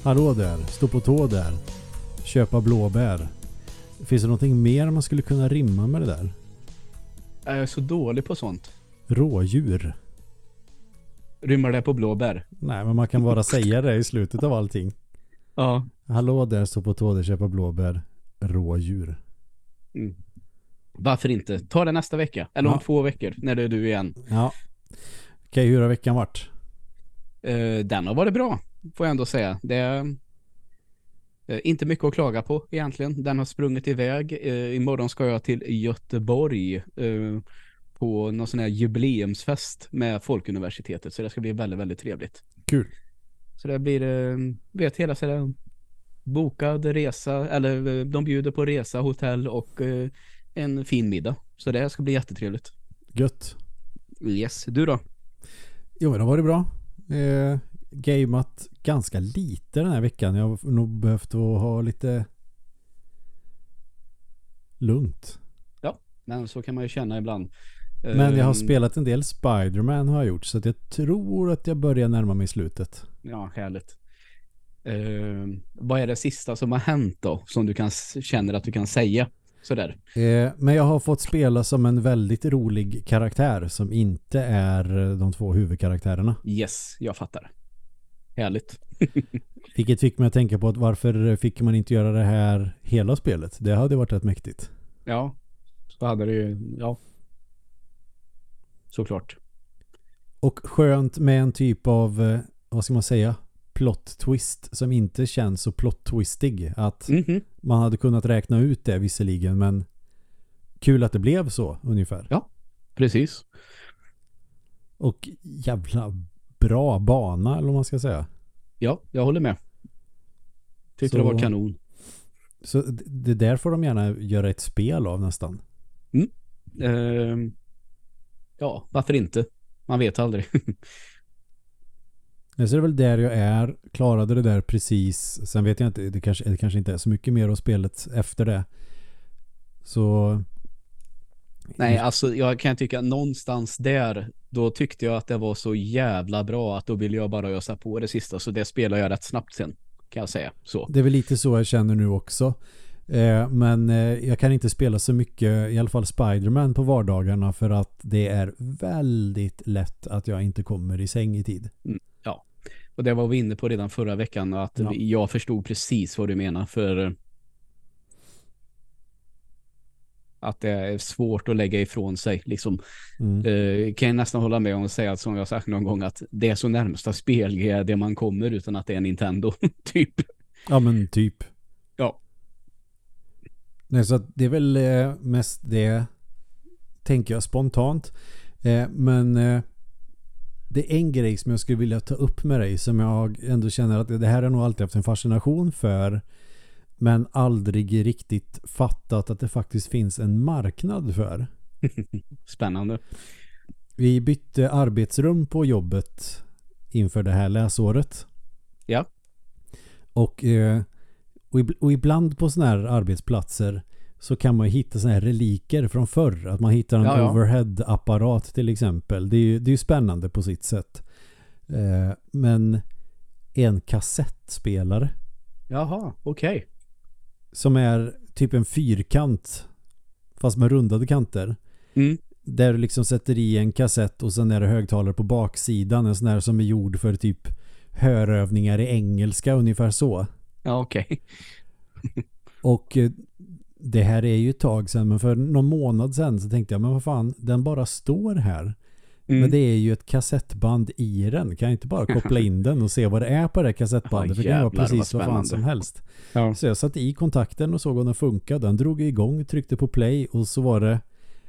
Hallå där, stå på tå där. Köpa blåbär. Finns det någonting mer man skulle kunna rimma med det där? Jag är så dålig på sånt. Rådjur. Rymmar det på blåbär? Nej, men man kan bara säga det i slutet av allting. Ja. Hallå där, stå på tå där, köpa blåbär. Rådjur. Mm. Varför inte? Ta det nästa vecka. Eller om 2 veckor, när det är du igen. Ja. Okej, hur har veckan varit? Den har varit bra, får jag ändå säga. Det är inte mycket att klaga på egentligen. Den har sprungit iväg. Imorgon ska jag till Göteborg på någon sån här jubileumsfest med Folkuniversitetet. Så det ska bli väldigt, väldigt trevligt. Kul. Så det blir, vet hela sådär bokad resa, eller de bjuder på resa, hotell och en fin middag. Så det ska bli jättetrevligt. Gött. Yes, du då? Jo, men det var det bra. Gameat ganska lite den här veckan. Jag har nog behövt att ha lite lugnt. Ja, men så kan man ju känna ibland. Men jag har spelat en del Spider-Man har jag gjort, så att jag tror att jag börjar närma mig slutet. Ja, härligt. Vad är det sista som har hänt då, som du känner att du kan säga sådär? Men jag har fått spela som en väldigt rolig karaktär som inte är de 2 huvudkaraktärerna. Yes, jag fattar. Härligt. Vilket fick mig att tänka på att varför fick man inte göra det här hela spelet? Det hade varit rätt mäktigt. Ja, så hade det ju, ja. Såklart. Och skönt med en typ av, vad ska man säga, plot twist som inte känns så plot twistig. Att man hade kunnat räkna ut det visserligen, men kul att det blev så ungefär. Ja, precis. Och jävla bra bana, eller vad man ska säga. Ja, jag håller med. Tyckte det var kanon. Så det där får de gärna göra ett spel av nästan. Ja, varför inte? Man vet aldrig. Så det är väl där jag är. Klarade det där precis. Sen vet jag inte, det kanske inte är så mycket mer av spelet efter det. Så... Nej, alltså jag kan tycka någonstans där, då tyckte jag att det var så jävla bra att då ville jag bara ösa på det sista. Så det spelar jag rätt snabbt sen, kan jag säga. Så. Det är väl lite så jag känner nu också. Men jag kan inte spela så mycket, i alla fall Spider-Man på vardagarna, för att det är väldigt lätt att jag inte kommer i säng i tid. Ja, och det var vi inne på redan förra veckan, att jag förstod precis vad du menar, för att det är svårt att lägga ifrån sig liksom. Kan jag nästan hålla med om att säga, som jag sagt någon gång, att det är så närmsta spelglädje man kommer utan att det är Nintendo typ. Ja, men typ. Ja. Nej, så att det är väl mest det, tänker jag spontant. Men det är en grej som jag skulle vilja ta upp med dig, som jag ändå känner att det här har nog alltid haft en fascination för, men aldrig riktigt fattat att det faktiskt finns en marknad för. Spännande. Vi bytte arbetsrum på jobbet inför det här läsåret. Ja. Och ibland på såna här arbetsplatser så kan man hitta såna här reliker från förr. Att man hittar en overhead-apparat till exempel. Det är ju spännande på sitt sätt. Men en kassettspelare. Jaha, okej. Som är typ en fyrkant fast med rundade kanter. Där du liksom sätter i en kassett och sen är det högtalare på baksidan. En sån här som är gjord för typ hörövningar i engelska, ungefär så. Ja, okej. Och det här är ju ett tag sedan, men för någon månad sedan så tänkte jag, men vad fan, den bara står här. Men det är ju ett kassettband i den. Kan jag inte bara koppla in den och se vad det är på det kassettbandet? För det kan vara precis vad fan som helst. Ja. Så jag satte i kontakten och såg om den funkade. Den drog igång, tryckte på play och så var det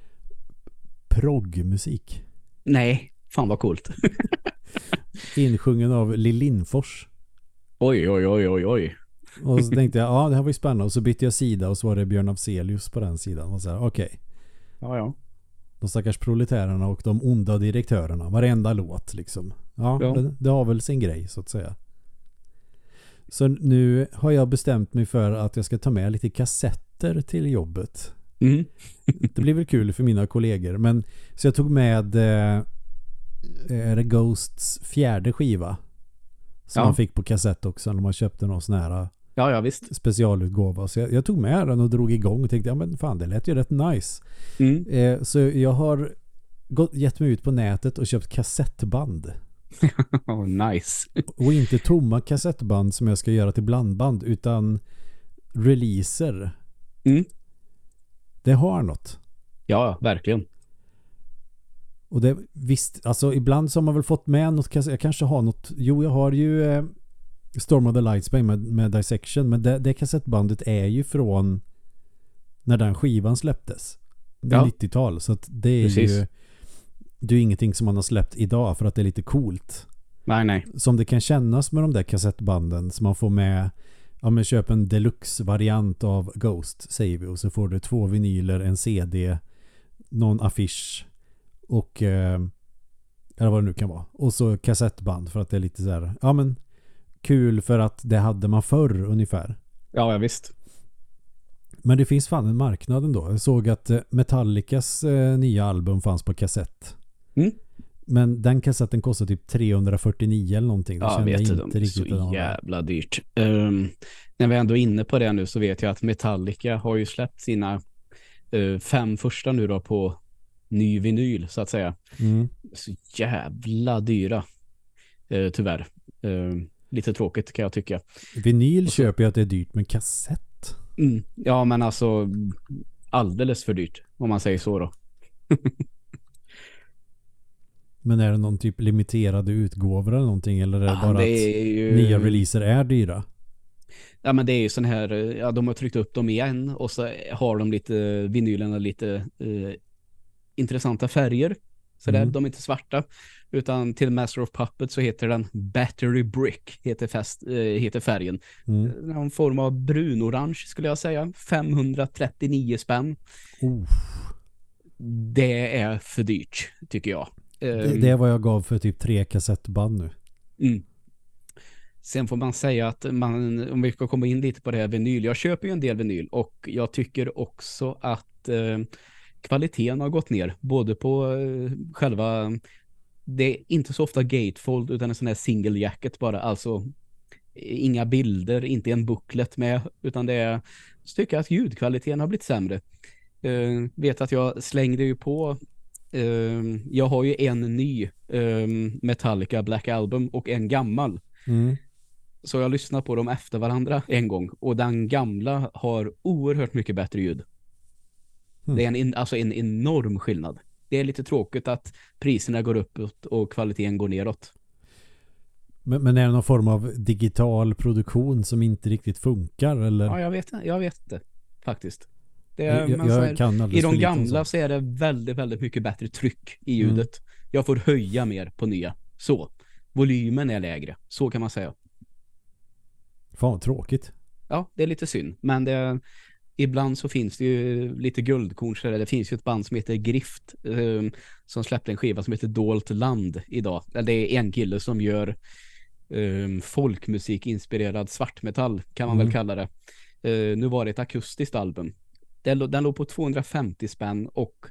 proggmusik. Nej, fan vad coolt. Insjungen av Lill Lindfors. Oj. Och så tänkte jag, ja, det här var ju spännande. Och så bytte jag sida och så var det Björn Afzelius på den sidan. Och så här, okej. Ja. De stackars proletärerna och de onda direktörerna. Varenda låt liksom. Ja. Det har väl sin grej så att säga. Så nu har jag bestämt mig för att jag ska ta med lite kassetter till jobbet. Det blir väl kul för mina kollegor. Men så jag tog med The Ghosts 4:e skiva. som man fick på kassett också när man köpte någon sån här ja, visst. specialutgåva. Så jag tog med den och drog igång och tänkte, ja men fan, det lät ju rätt nice. Så jag har gett mig ut på nätet och köpt kassettband. Oh, nice. Och inte tomma kassettband som jag ska göra till blandband, utan releaser. Det har något. Ja, verkligen. Och det visst, alltså ibland så har man väl fått med något, jag kanske har något, jag har ju Storm of the Lightsbane med Dissection, men det kassettbandet är ju från när den skivan släpptes. Det är 90-tal, så att det är ju det är ingenting som man har släppt idag för att det är lite coolt. Nej. Som det kan kännas med de där kassettbanden som man får med, ja men köp en deluxe-variant av Ghost, säger vi, och så får du 2 vinyler, en CD, någon affisch och eller vad det nu kan vara. Och så kassettband för att det är lite så här, ja men kul för att det hade man förr ungefär. Ja, visst. Men det finns fan en marknad ändå. Jag såg att Metallicas nya album fanns på kassett. Men den kassetten kostar typ 349 eller någonting. Det kände jag inte riktigt. Så jävla dyrt. När vi ändå är inne på det nu så vet jag att Metallica har ju släppt sina 5 första nu då på ny vinyl så att säga. Så jävla dyra. Tyvärr. Lite tråkigt kan jag tycka. Vinyl köper jag att det är dyrt, men kassett? Ja, men alltså alldeles för dyrt om man säger så då. Men är det någon typ limiterade utgåvor eller någonting, eller är det bara det är att nya releaser är dyra? Ja, men det är ju sån här, ja, de har tryckt upp dem igen och så har de lite vinylerna lite intressanta färger. Så där, de är inte svarta, utan till Master of Puppets så heter den Battery Brick, heter färgen. Någon form av brunorange skulle jag säga. 539 spänn. Det är för dyrt, tycker jag. Det är vad jag gav för typ 3 kassettband nu. Sen får man säga att om vi ska komma in lite på det här vinyl. Jag köper ju en del vinyl och jag tycker också att kvaliteten har gått ner. Både på själva, det är inte så ofta gatefold utan en sån här single jacket bara. Alltså inga bilder, inte en booklet med, utan det är, så tycker jag att ljudkvaliteten har blivit sämre. Vet att jag slängde ju på jag har ju en ny Metallica Black Album och en gammal. Så jag lyssnar på dem efter varandra en gång. Och den gamla har oerhört mycket bättre ljud. Det är en enorm skillnad. Det är lite tråkigt att priserna går uppåt och kvaliteten går neråt. Men är det någon form av digital produktion som inte riktigt funkar? Eller? Ja, jag vet det faktiskt. I de gamla så är det väldigt, väldigt mycket bättre tryck i ljudet. Jag får höja mer på nya. Så. Volymen är lägre. Så kan man säga. Fan, tråkigt. Ja, det är lite synd. Men ibland så finns det ju lite guldkorn. Det finns ju ett band som heter Grift som släppte en skiva som heter Dolt Land idag. Det är en kille som gör folkmusik-inspirerad svartmetall kan man väl kalla det. Nu var det ett akustiskt album. Den låg på 250 spänn och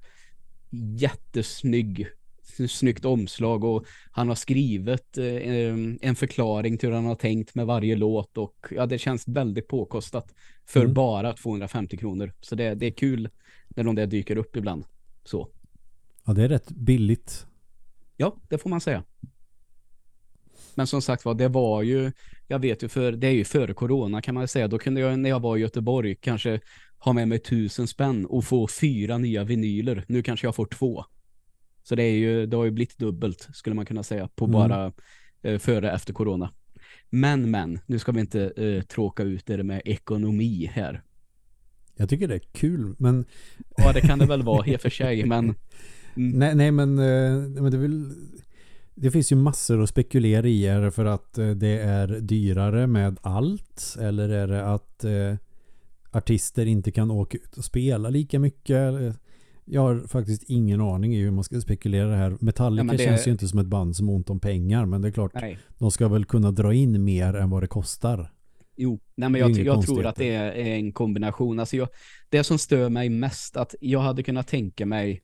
snyggt omslag, och han har skrivit en förklaring till hur han har tänkt med varje låt, och ja, det känns väldigt påkostat för bara 250 kronor. Så det är kul när de där dyker upp ibland. Så. Ja, det är rätt billigt. Ja, det får man säga. Men som sagt det var ju, jag vet ju, för det är ju före corona kan man säga. Då kunde jag, när jag var i Göteborg, kanske ha med mig 1000 spänn och få 4 nya vinyler. Nu kanske jag får 2. Så det har ju blivit dubbelt, skulle man kunna säga, på bara före efter corona. Men nu ska vi inte tråka ut det med ekonomi här. Jag tycker det är kul, men... Ja, det kan det väl vara i och för sig, men... Nej, men det vill... Det finns ju massor att spekulera i. Är det för att det är dyrare med allt? Eller är det att artister inte kan åka ut och spela lika mycket? Jag har faktiskt ingen aning i hur man ska spekulera det här. Metallica känns ju inte som ett band som har ont om pengar, men det är klart, de ska väl kunna dra in mer än vad det kostar. Jo, nej, men jag tror att det är en kombination. Alltså det som stör mig mest, att jag hade kunnat tänka mig,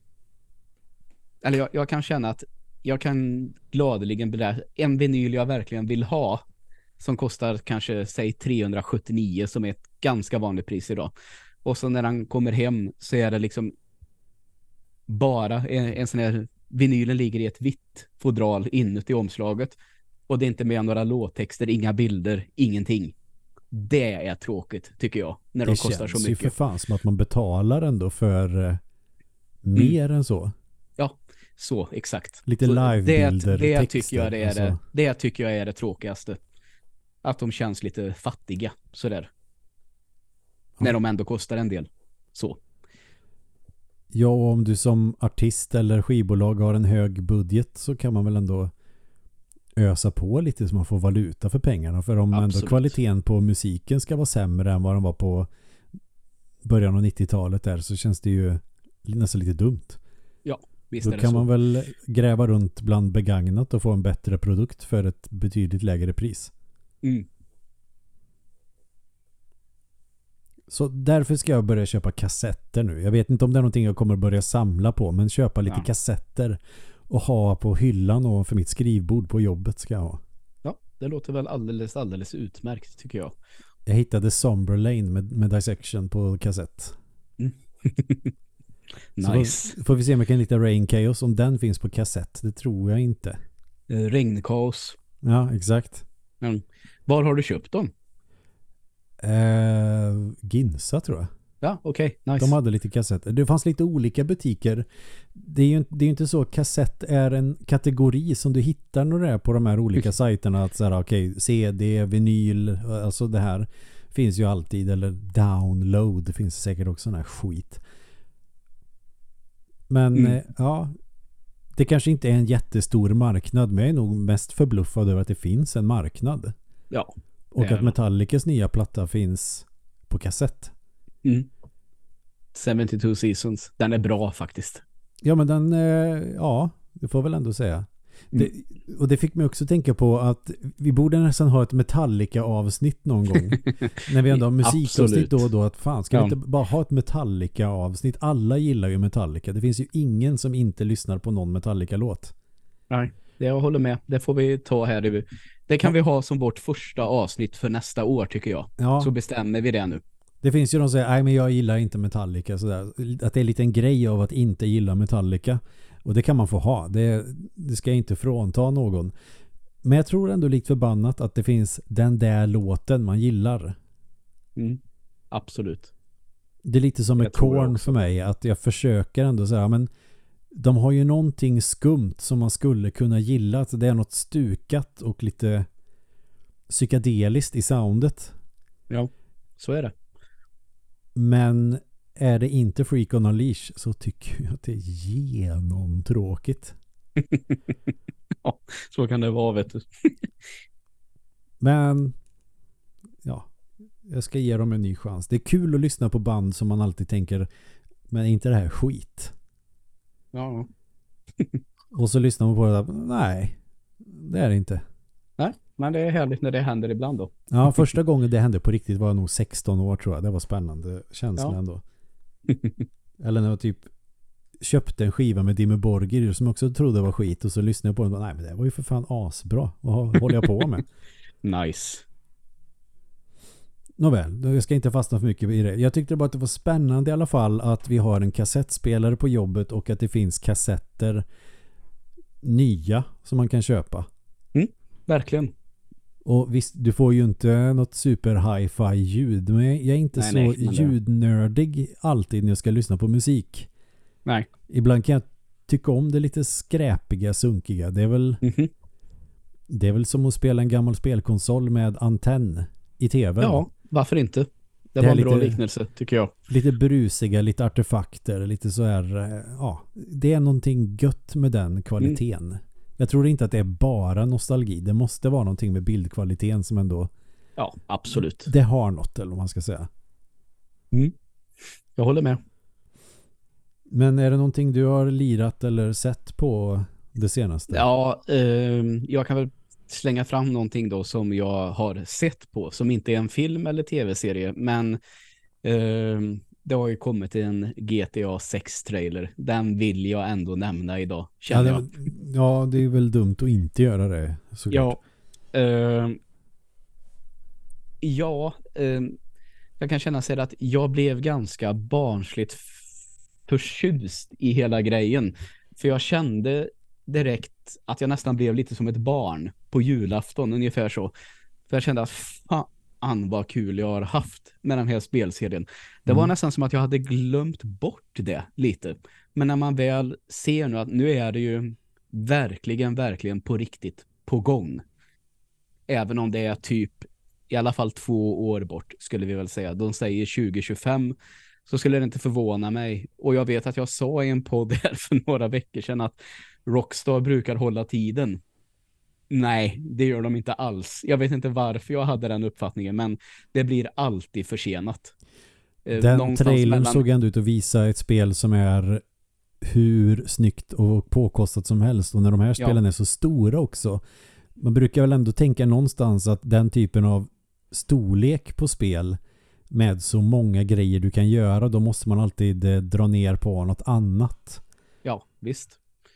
eller jag kan känna att jag kan gladeligen bli en vinyl jag verkligen vill ha, som kostar kanske, säg 379 som är ett ganska vanligt pris idag. Och så när han kommer hem så är det liksom bara en sån här, vinylen ligger i ett vitt fodral inuti omslaget och det är inte med några låttexter, inga bilder, ingenting. Det är tråkigt tycker jag när de kostar så mycket. Det känns ju för fan som att man betalar ändå för mer än så. Ja, så exakt. Lite livebilder, det texter. Det tycker jag är det tråkigaste. Att de känns lite fattiga sådär. Ja. När de ändå kostar en del. Så. Ja, och om du som artist eller skivbolag har en hög budget så kan man väl ändå ösa på lite så man får valuta för pengarna. För om ändå kvaliteten på musiken ska vara sämre än vad den var på början av 90-talet där, så känns det ju nästan lite dumt. Ja, visst då är det kan så. Man väl gräva runt bland begagnat och få en bättre produkt för ett betydligt lägre pris. Mm. Så därför ska jag börja köpa kassetter nu. Jag vet inte om det är någonting jag kommer börja samla på, men köpa lite kassetter och ha på hyllan och för mitt skrivbord på jobbet ska jag ha. Ja, det låter väl alldeles utmärkt tycker jag. Jag hittade Somber Lane med Dissection på kassett. Mm. Nice. Så får vi se om jag kan hitta Rain Chaos om den finns på kassett. Det tror jag inte. Regnkaos. Ja, exakt. Mm. Var har du köpt dem? Ginsa tror jag. Ja, okej. Nice. De hade lite kassetter. Det fanns lite olika butiker. Det är ju inte så. Kassett är en kategori som du hittar när det är på de här olika sajterna. Att såhär, okej, CD, vinyl, alltså det här finns ju alltid. Eller download, det finns säkert också sån här skit. Men ja, det kanske inte är en jättestor marknad, men jag är nog mest förbluffad över att det finns en marknad. Ja. Och att Metallicas nya platta finns på kassett. 72 Seasons. Den är bra faktiskt. Ja, men den, ja, det får väl ändå säga. Och det fick mig också tänka på att vi borde nästan ha ett Metallica-avsnitt någon gång. När vi ändå har musikavsnitt då och då. Att fan, ska vi inte bara ha ett Metallica-avsnitt? Alla gillar ju Metallica. Det finns ju ingen som inte lyssnar på någon Metallica-låt. Nej, jag håller med. Det får vi ta här. Det kan vi ha som vårt första avsnitt för nästa år tycker jag. Ja. Så bestämmer vi det nu. Det finns ju de som säger, nej men jag gillar inte Metallica. Sådär. Att det är lite en grej av att inte gilla Metallica. Och det kan man få ha. Det ska inte frånta någon. Men jag tror ändå likt förbannat att det finns den där låten man gillar. Absolut. Det är lite som med Korn för mig. Att jag försöker ändå säga, men de har ju någonting skumt som man skulle kunna gilla. Att det är något stukat och lite psykedeliskt i soundet. Ja, så är det. Men är det inte Freak on a Leash så tycker jag att det är genomtråkigt. Ja, så kan det vara, vet du. Men ja, jag ska ge dem en ny chans. Det är kul att lyssna på band som man alltid tänker, men är inte det här skit? Ja. Och så lyssnar man på det där, nej, det är det inte. Nej, men det är härligt när det händer ibland då. Ja, första gången det hände på riktigt var jag nog 16 år tror jag. Det var spännande känslan ändå. Eller när jag typ köpte en skiva med Dimmu Borgir som jag också trodde var skit och så lyssnade jag på den och nej men det var ju för fan asbra. Vad håller jag på med? Nice. Nåväl, jag ska inte fastna för mycket i det. Jag tyckte bara att det var spännande i alla fall att vi har en kassettspelare på jobbet och att det finns kassetter nya som man kan köpa. Verkligen. Och visst, du får ju inte något super hi-fi ljud, men jag är inte så ljudnördig alltid när jag ska lyssna på musik. Nej. Ibland kan jag tycka om det lite skräpiga, sunkiga. Det är väl som att spela en gammal spelkonsol med antenn i tv. Ja, varför inte? Det var en bra liknelse, tycker jag. Lite brusiga, lite artefakter, lite så här, ja, det är någonting gött med den kvaliteten. Jag tror inte att det är bara nostalgi. Det måste vara någonting med bildkvaliteten som ändå... Ja, absolut. Det har något, eller vad man ska säga. Jag håller med. Men är det någonting du har lirat eller sett på det senaste? Ja, jag kan väl slänga fram någonting då som jag har sett på. Som inte är en film eller tv-serie. Men det har ju kommit en GTA 6-trailer. Den vill jag ändå nämna idag, känner jag. Ja, det är väl dumt att inte göra det. Såklart. Ja, Ja, jag kan känna sig att jag blev ganska barnsligt förtjust i hela grejen. För jag kände direkt att jag nästan blev lite som ett barn på julafton, ungefär så. För jag kände att fan vad kul jag har haft med den här spelserien. Det var nästan som att jag hade glömt bort det lite. Men när man väl ser nu att nu är det ju verkligen på riktigt på gång. Även om det är typ i alla fall 2 år bort, skulle vi väl säga. De säger 2025, så skulle det inte förvåna mig. Och jag vet att jag sa i en podd här för några veckor sedan att Rockstar brukar hålla tiden. Nej, det gör de inte alls. Jag vet inte varför jag hade den uppfattningen, men det blir alltid försenat. Den trailern såg ändå ut att visa ett spel som är hur snyggt och påkostat som helst. Och när de här spelen är så stora också. Man brukar väl ändå tänka någonstans att den typen av storlek på spel med så många grejer du kan göra, då måste man alltid dra ner på något annat. Ja, visst.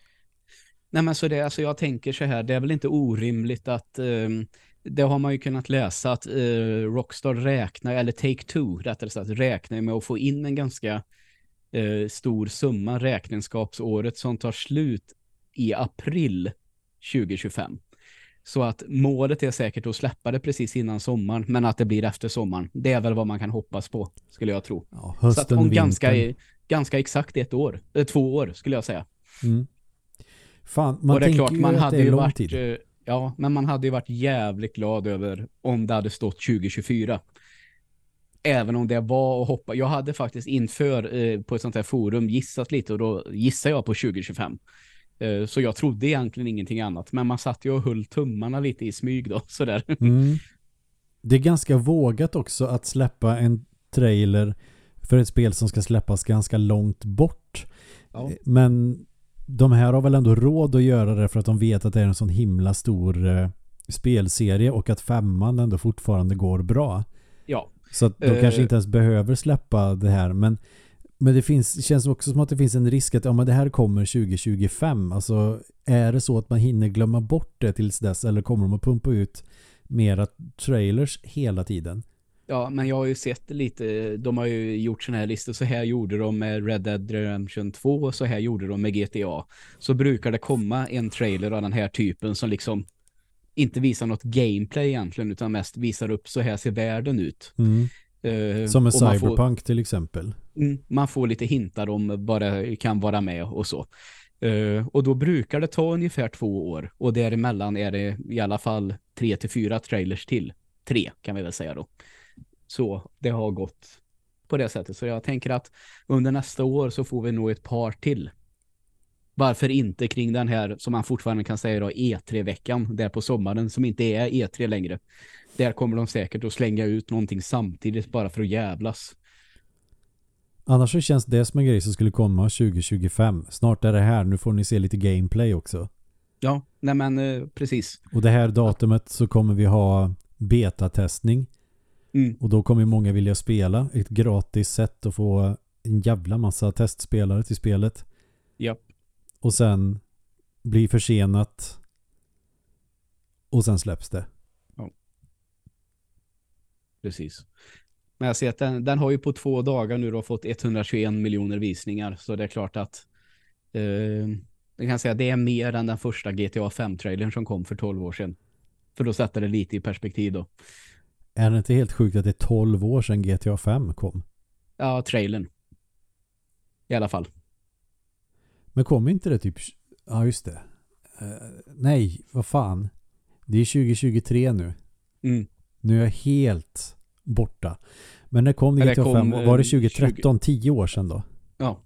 Nej, men så det, alltså jag tänker så här, det är väl inte orimligt att det har man ju kunnat läsa att Rockstar räknar, eller Take-Two rättare sagt, räknar med att få in en ganska stor summa räkenskapsåret som tar slut i april 2025. Så att målet är säkert att släppa det precis innan sommaren, men att det blir efter sommaren. Det är väl vad man kan hoppas på, skulle jag tro. Ja, hösten, så att om vintern. ganska exakt 2 år skulle jag säga. Mm. Fan, man tänker klart, man hade ju varit tid. Ja, men man hade ju varit jävligt glad över om det hade stått 2024. Även om det var att hoppa. Jag hade faktiskt inför på ett sånt här forum gissat lite, och då gissar jag på 2025. Så jag trodde egentligen ingenting annat. Men man satt ju och höll tummarna lite i smyg då. Sådär. Mm. Det är ganska vågat också att släppa en trailer för ett spel som ska släppas ganska långt bort. Ja. Men de här har väl ändå råd att göra det för att de vet att det är en sån himla stor spelserie och att 5:an ändå fortfarande går bra. Ja. Så att de kanske inte ens behöver släppa det här. Men det känns också som att det finns en risk att men det här kommer 2025. Alltså är det så att man hinner glömma bort det tills dess, eller kommer de att pumpa ut mera trailers hela tiden? Ja, men jag har ju sett lite, de har ju gjort såna här listor, så här gjorde de med Red Dead Redemption 2 och så här gjorde de med GTA. Så brukar det komma en trailer av den här typen som liksom inte visar något gameplay egentligen, utan mest visar upp så här ser världen ut. Som med Cyberpunk till exempel. Man får lite hintar om vad det kan vara med och så. Och då brukar det ta ungefär 2 år. Och däremellan är det i alla fall 3 till 4 trailers till. 3 kan vi väl säga då. Så det har gått på det sättet. Så jag tänker att under nästa år så får vi nog ett par till. Varför inte kring den här, som man fortfarande kan säga då, E3-veckan där på sommaren, som inte är E3 längre. Där kommer de säkert att slänga ut någonting samtidigt bara för att jävlas. Annars så känns det som en grej som skulle komma 2025. Snart är det här, nu får ni se lite gameplay också. Ja, nej men precis. Och det här datumet så kommer vi ha betatestning. Och då kommer många vilja spela. Ett gratis sätt att få en jävla massa testspelare till spelet. Ja. Och sen blir försenat. Och sen släpps det. Ja. Precis. Men jag ser att den har ju på 2 dagar nu då fått 121 miljoner visningar. Så det är klart att jag kan säga att det är mer än den första GTA 5-trailern som kom för 12 år sedan. För då sätter det lite i perspektiv då. Är det inte helt sjukt att det är 12 år sedan GTA 5 kom? Ja, trailern. I alla fall. Men kom inte det typ... Ja, just det. Nej, vad fan. Det är 2023 nu. Nu är jag helt borta. Men när kom GTA 5? Var det 2013? 10 år sedan då? Ja.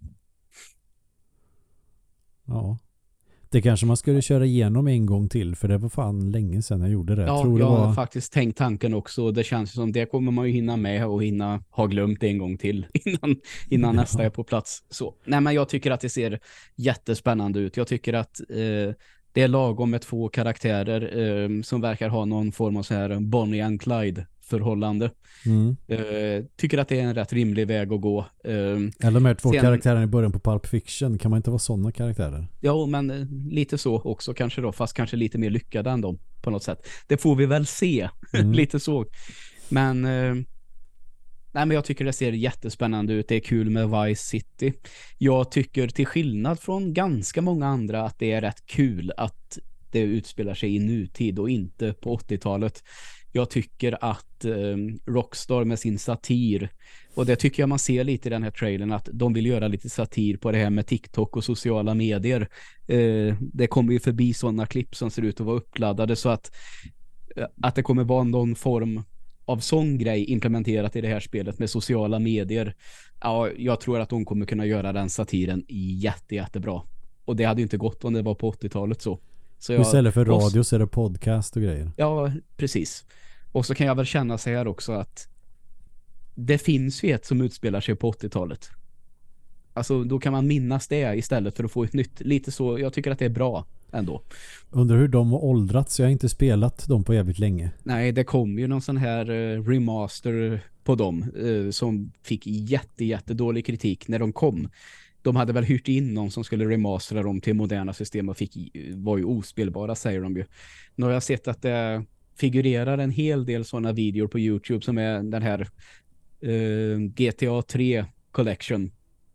Ja. Det kanske man skulle köra igenom en gång till, för det var fan länge sedan jag gjorde det. Ja, jag har faktiskt tänkt tanken också. Det känns som det kommer man ju hinna med och hinna ha glömt en gång till innan nästa är på plats. Så. Nej, men jag tycker att det ser jättespännande ut. Jag tycker att det är lagom med 2 karaktärer som verkar ha någon form av så här Bonnie and Clyde förhållande. Tycker att det är en rätt rimlig väg att gå. Eller de här 2 karaktärerna i början på Pulp Fiction, kan man inte vara sådana karaktärer? Ja, men lite så också kanske då, fast kanske lite mer lyckade än dem på något sätt. Det får vi väl se, lite så. Men nej, men jag tycker det ser jättespännande ut. Det är kul med Vice City. Jag tycker till skillnad från ganska många andra att det är rätt kul att det utspelar sig i nutid och inte på 80-talet. Jag tycker att Rockstar med sin satir, och det tycker jag man ser lite i den här trailern, att de vill göra lite satir på det här med TikTok och sociala medier. Det kommer ju förbi sådana klipp som ser ut att vara uppladdade, så att det kommer vara någon form av sån grej implementerat i det här spelet med sociala medier. Ja, jag tror att de kommer kunna göra den satiren jättebra. Och det hade ju inte gått om det var på 80-talet så. Istället för radio så är det podcast och grejer. Ja, precis. Och så kan jag väl känna så här också att det finns ju ett som utspelar sig på 80-talet. Alltså då kan man minnas det istället för att få ett nytt. Lite så, jag tycker att det är bra ändå. Undrar hur de har åldrats, så jag har inte spelat dem på jävligt länge. Nej, det kom ju någon sån här remaster på dem som fick jättedålig kritik när de kom. De hade väl hyrt in någon som skulle remastera dem till moderna system och var ju ospelbara, säger de ju. Nu har jag sett att det figurerar en hel del sådana videor på YouTube som är den här GTA 3 Collection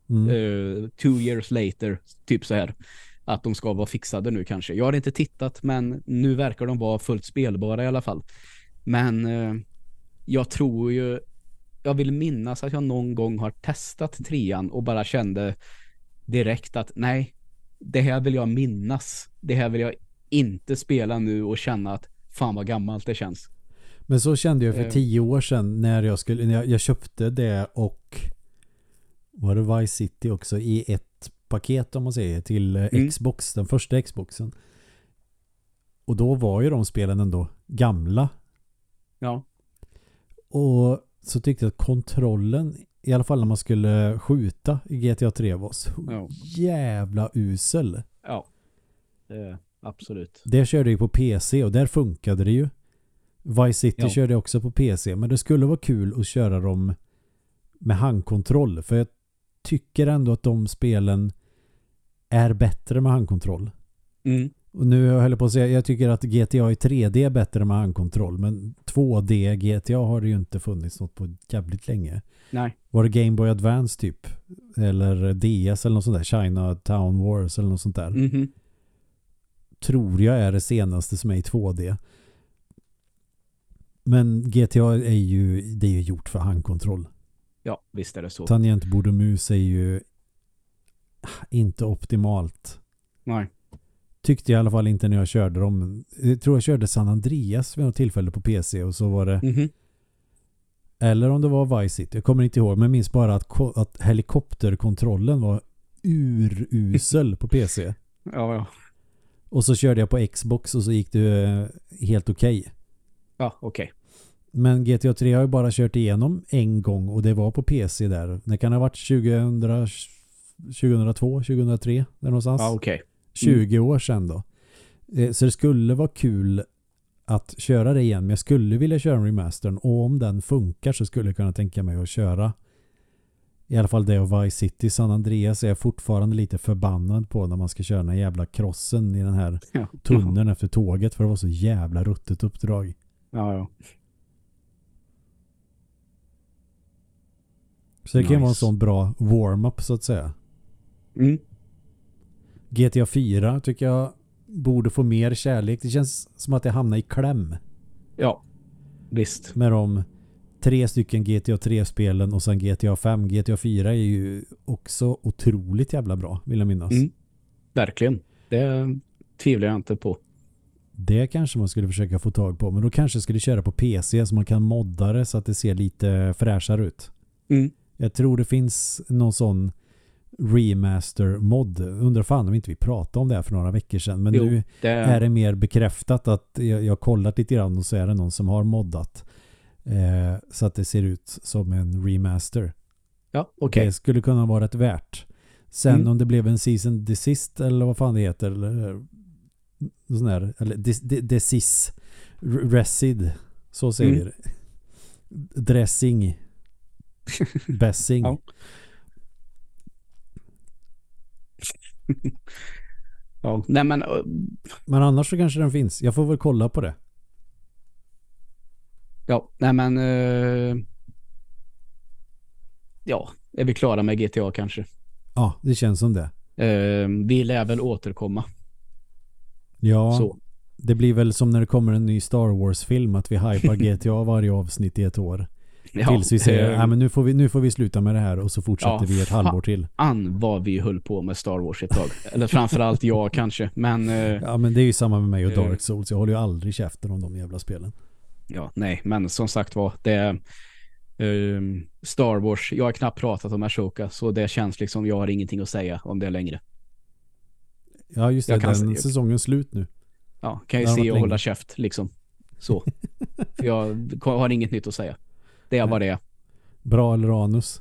2 years later, typ så här. Att de ska vara fixade nu kanske. Jag har inte tittat, men nu verkar de vara fullt spelbara i alla fall. Men jag tror ju, jag vill minnas att jag någon gång har testat 3:an och bara kände direkt att nej, det här vill jag minnas. Det här vill jag inte spela nu och känna att fan vad gammalt det känns. Men så kände jag för 10 år sedan när jag köpte det, och var det Vice City också i ett paket, om man säger, till Xbox, den första Xboxen. Och då var ju de spelen ändå gamla. Ja. Och så tyckte jag att kontrollen, i alla fall när man skulle skjuta i GTA 3, var så jävla usel. Ja, absolut. Det körde ju på PC och där funkade det ju. Vice City körde också på PC, men det skulle vara kul att köra dem med handkontroll, för jag tycker ändå att de spelen är bättre med handkontroll. Och nu jag håller på att säga, jag tycker att GTA i 3D är bättre med handkontroll, men 2D GTA har det ju inte funnits något på jävligt länge. Nej. Var det Game Boy Advance typ? Eller DS eller något sånt där, China Town Wars eller något sånt där. Tror jag är det senaste som är i 2D. Men GTA är ju gjort för handkontroll. Ja, visst är det så. Tangentbord och mus är ju inte optimalt. Nej. Tyckte jag i alla fall inte när jag körde dem. Jag tror jag körde San Andreas vid något tillfälle på PC, och så var det eller om det var Vice City. Jag kommer inte ihåg, men jag minns bara att helikopterkontrollen var urusel på PC. Ja. Och så körde jag på Xbox och så gick det helt okej. Ja, okej. Men GTA 3 har jag bara kört igenom en gång, och det var på PC där. Det kan ha varit 2002, 2003 där någonstans. Ja, okej. 20 år sedan då. Så det skulle vara kul att köra det igen, men jag skulle vilja köra en remastern, och om den funkar så skulle jag kunna tänka mig att köra i alla fall det och Vice City. San Andreas är jag fortfarande lite förbannad på när man ska köra den jävla krossen i den här tunneln efter tåget, för det var så jävla ruttet uppdrag. Ja. Så det kan vara en sån bra warm-up så att säga. GTA 4 tycker jag borde få mer kärlek. Det känns som att det hamnar i kläm. Ja, visst. Med de 3 stycken GTA 3-spelen och sen GTA 5. GTA 4 är ju också otroligt jävla bra, vill jag minnas. Verkligen. Det tvivlar jag inte på. Det kanske man skulle försöka få tag på, men då kanske skulle köra på PC så man kan modda det så att det ser lite fräschare ut. Jag tror det finns någon sån remaster-mod. Undrar fan om inte vi pratade om det här för några veckor sedan. Men nu är det mer bekräftat att jag har kollat lite grann, och så är det någon som har moddat så att det ser ut som en remaster. Ja, okej. Det skulle kunna vara rätt värt. Sen om det blev en season desist eller vad fan det heter, eller sån här, eller desist resid, så säger vi det. Dressing Bessing. Ja. Ja, nej men annars så kanske den finns. Jag får väl kolla på det. Ja, nej men ja, är vi klara med GTA kanske? Ja, det känns som det. Vi lär väl återkomma. Ja, Så. det blir väl som när det kommer en ny Star Wars-film att vi hypar GTA varje avsnitt i ett år. Ja, Tills vi säger, men nu får vi sluta med det här och så fortsätter ja, vi ett halvår till. fan vad vi höll på med Star Wars ett tag. Eller framförallt jag kanske. Men Ja, men det är ju samma med mig och Dark Souls. Jag håller ju aldrig käften om de jävla spelen. ja, nej, men som sagt var, det är Star Wars. Jag har knappt pratat om Ashoka, så det känns liksom jag har ingenting att säga om det längre. Ja, just det. Den säsongen slut nu. Ja, kan ju se och hålla käft liksom. Så. För jag har inget nytt att säga. Det är vad det är. Bra eller anus?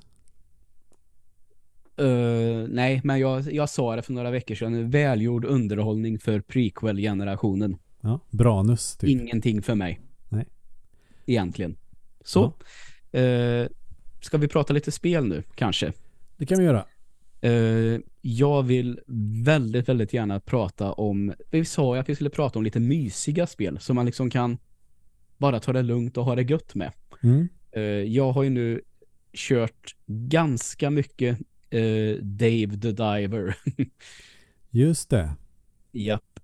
Nej, men jag sa det för några veckor sedan. Välgjord underhållning för prequel-generationen. Ja, branus typ. Ingenting för mig. Nej. Egentligen. Så. Ja. Ska vi prata lite spel nu, kanske? Det kan vi göra. Jag vill väldigt, väldigt gärna prata om... Vi sa att vi skulle prata om lite mysiga spel som man liksom kan bara ta det lugnt och ha det gött med. Mm. Jag har ju nu kört ganska mycket Dave the Diver. Just det. Japp.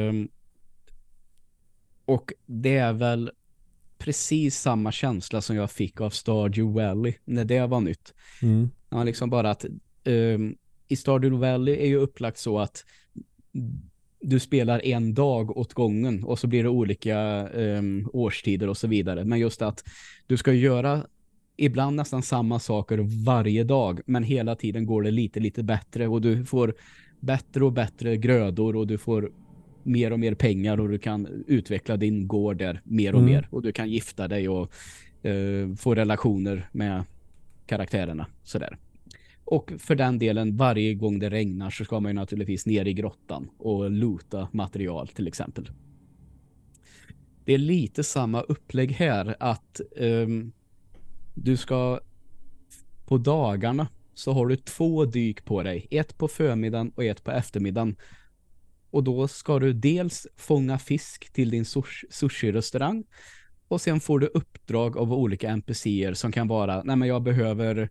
Och det är väl precis samma känsla som jag fick av Stardew Valley när det var nytt. Mm. Ja, liksom bara att i Stardew Valley är ju upplagt så att du spelar en dag åt gången och så blir det olika årstider och så vidare. Men just att du ska göra ibland nästan samma saker varje dag, men hela tiden går det lite bättre och du får bättre och bättre grödor och du får mer och mer pengar och du kan utveckla din gård där mer och mer och du kan gifta dig och få relationer med karaktärerna sådär. Och för den delen, varje gång det regnar så ska man ju naturligtvis ner i grottan och loota material till exempel. Det är lite samma upplägg här att du ska på dagarna så har du 2 dyk på dig. Ett på förmiddagen och ett på eftermiddagen. Och då ska du dels fånga fisk till din sushi-restaurang och sen får du uppdrag av olika NPCer som kan vara, nej men jag behöver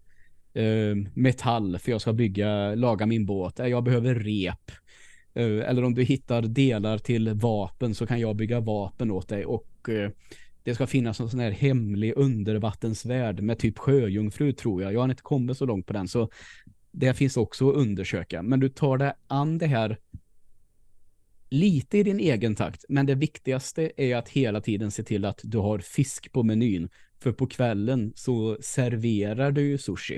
metall för jag ska laga min båt. Jag behöver rep. Eller om du hittar delar till vapen så kan jag bygga vapen åt dig och det ska finnas en sån här hemlig undervattensvärld med typ sjöjungfru tror jag. Jag har inte kommit så långt på den så det finns också att undersöka. Men du tar dig an det här lite i din egen takt. Men det viktigaste är att hela tiden se till att du har fisk på menyn. För på kvällen så serverar du ju sushi.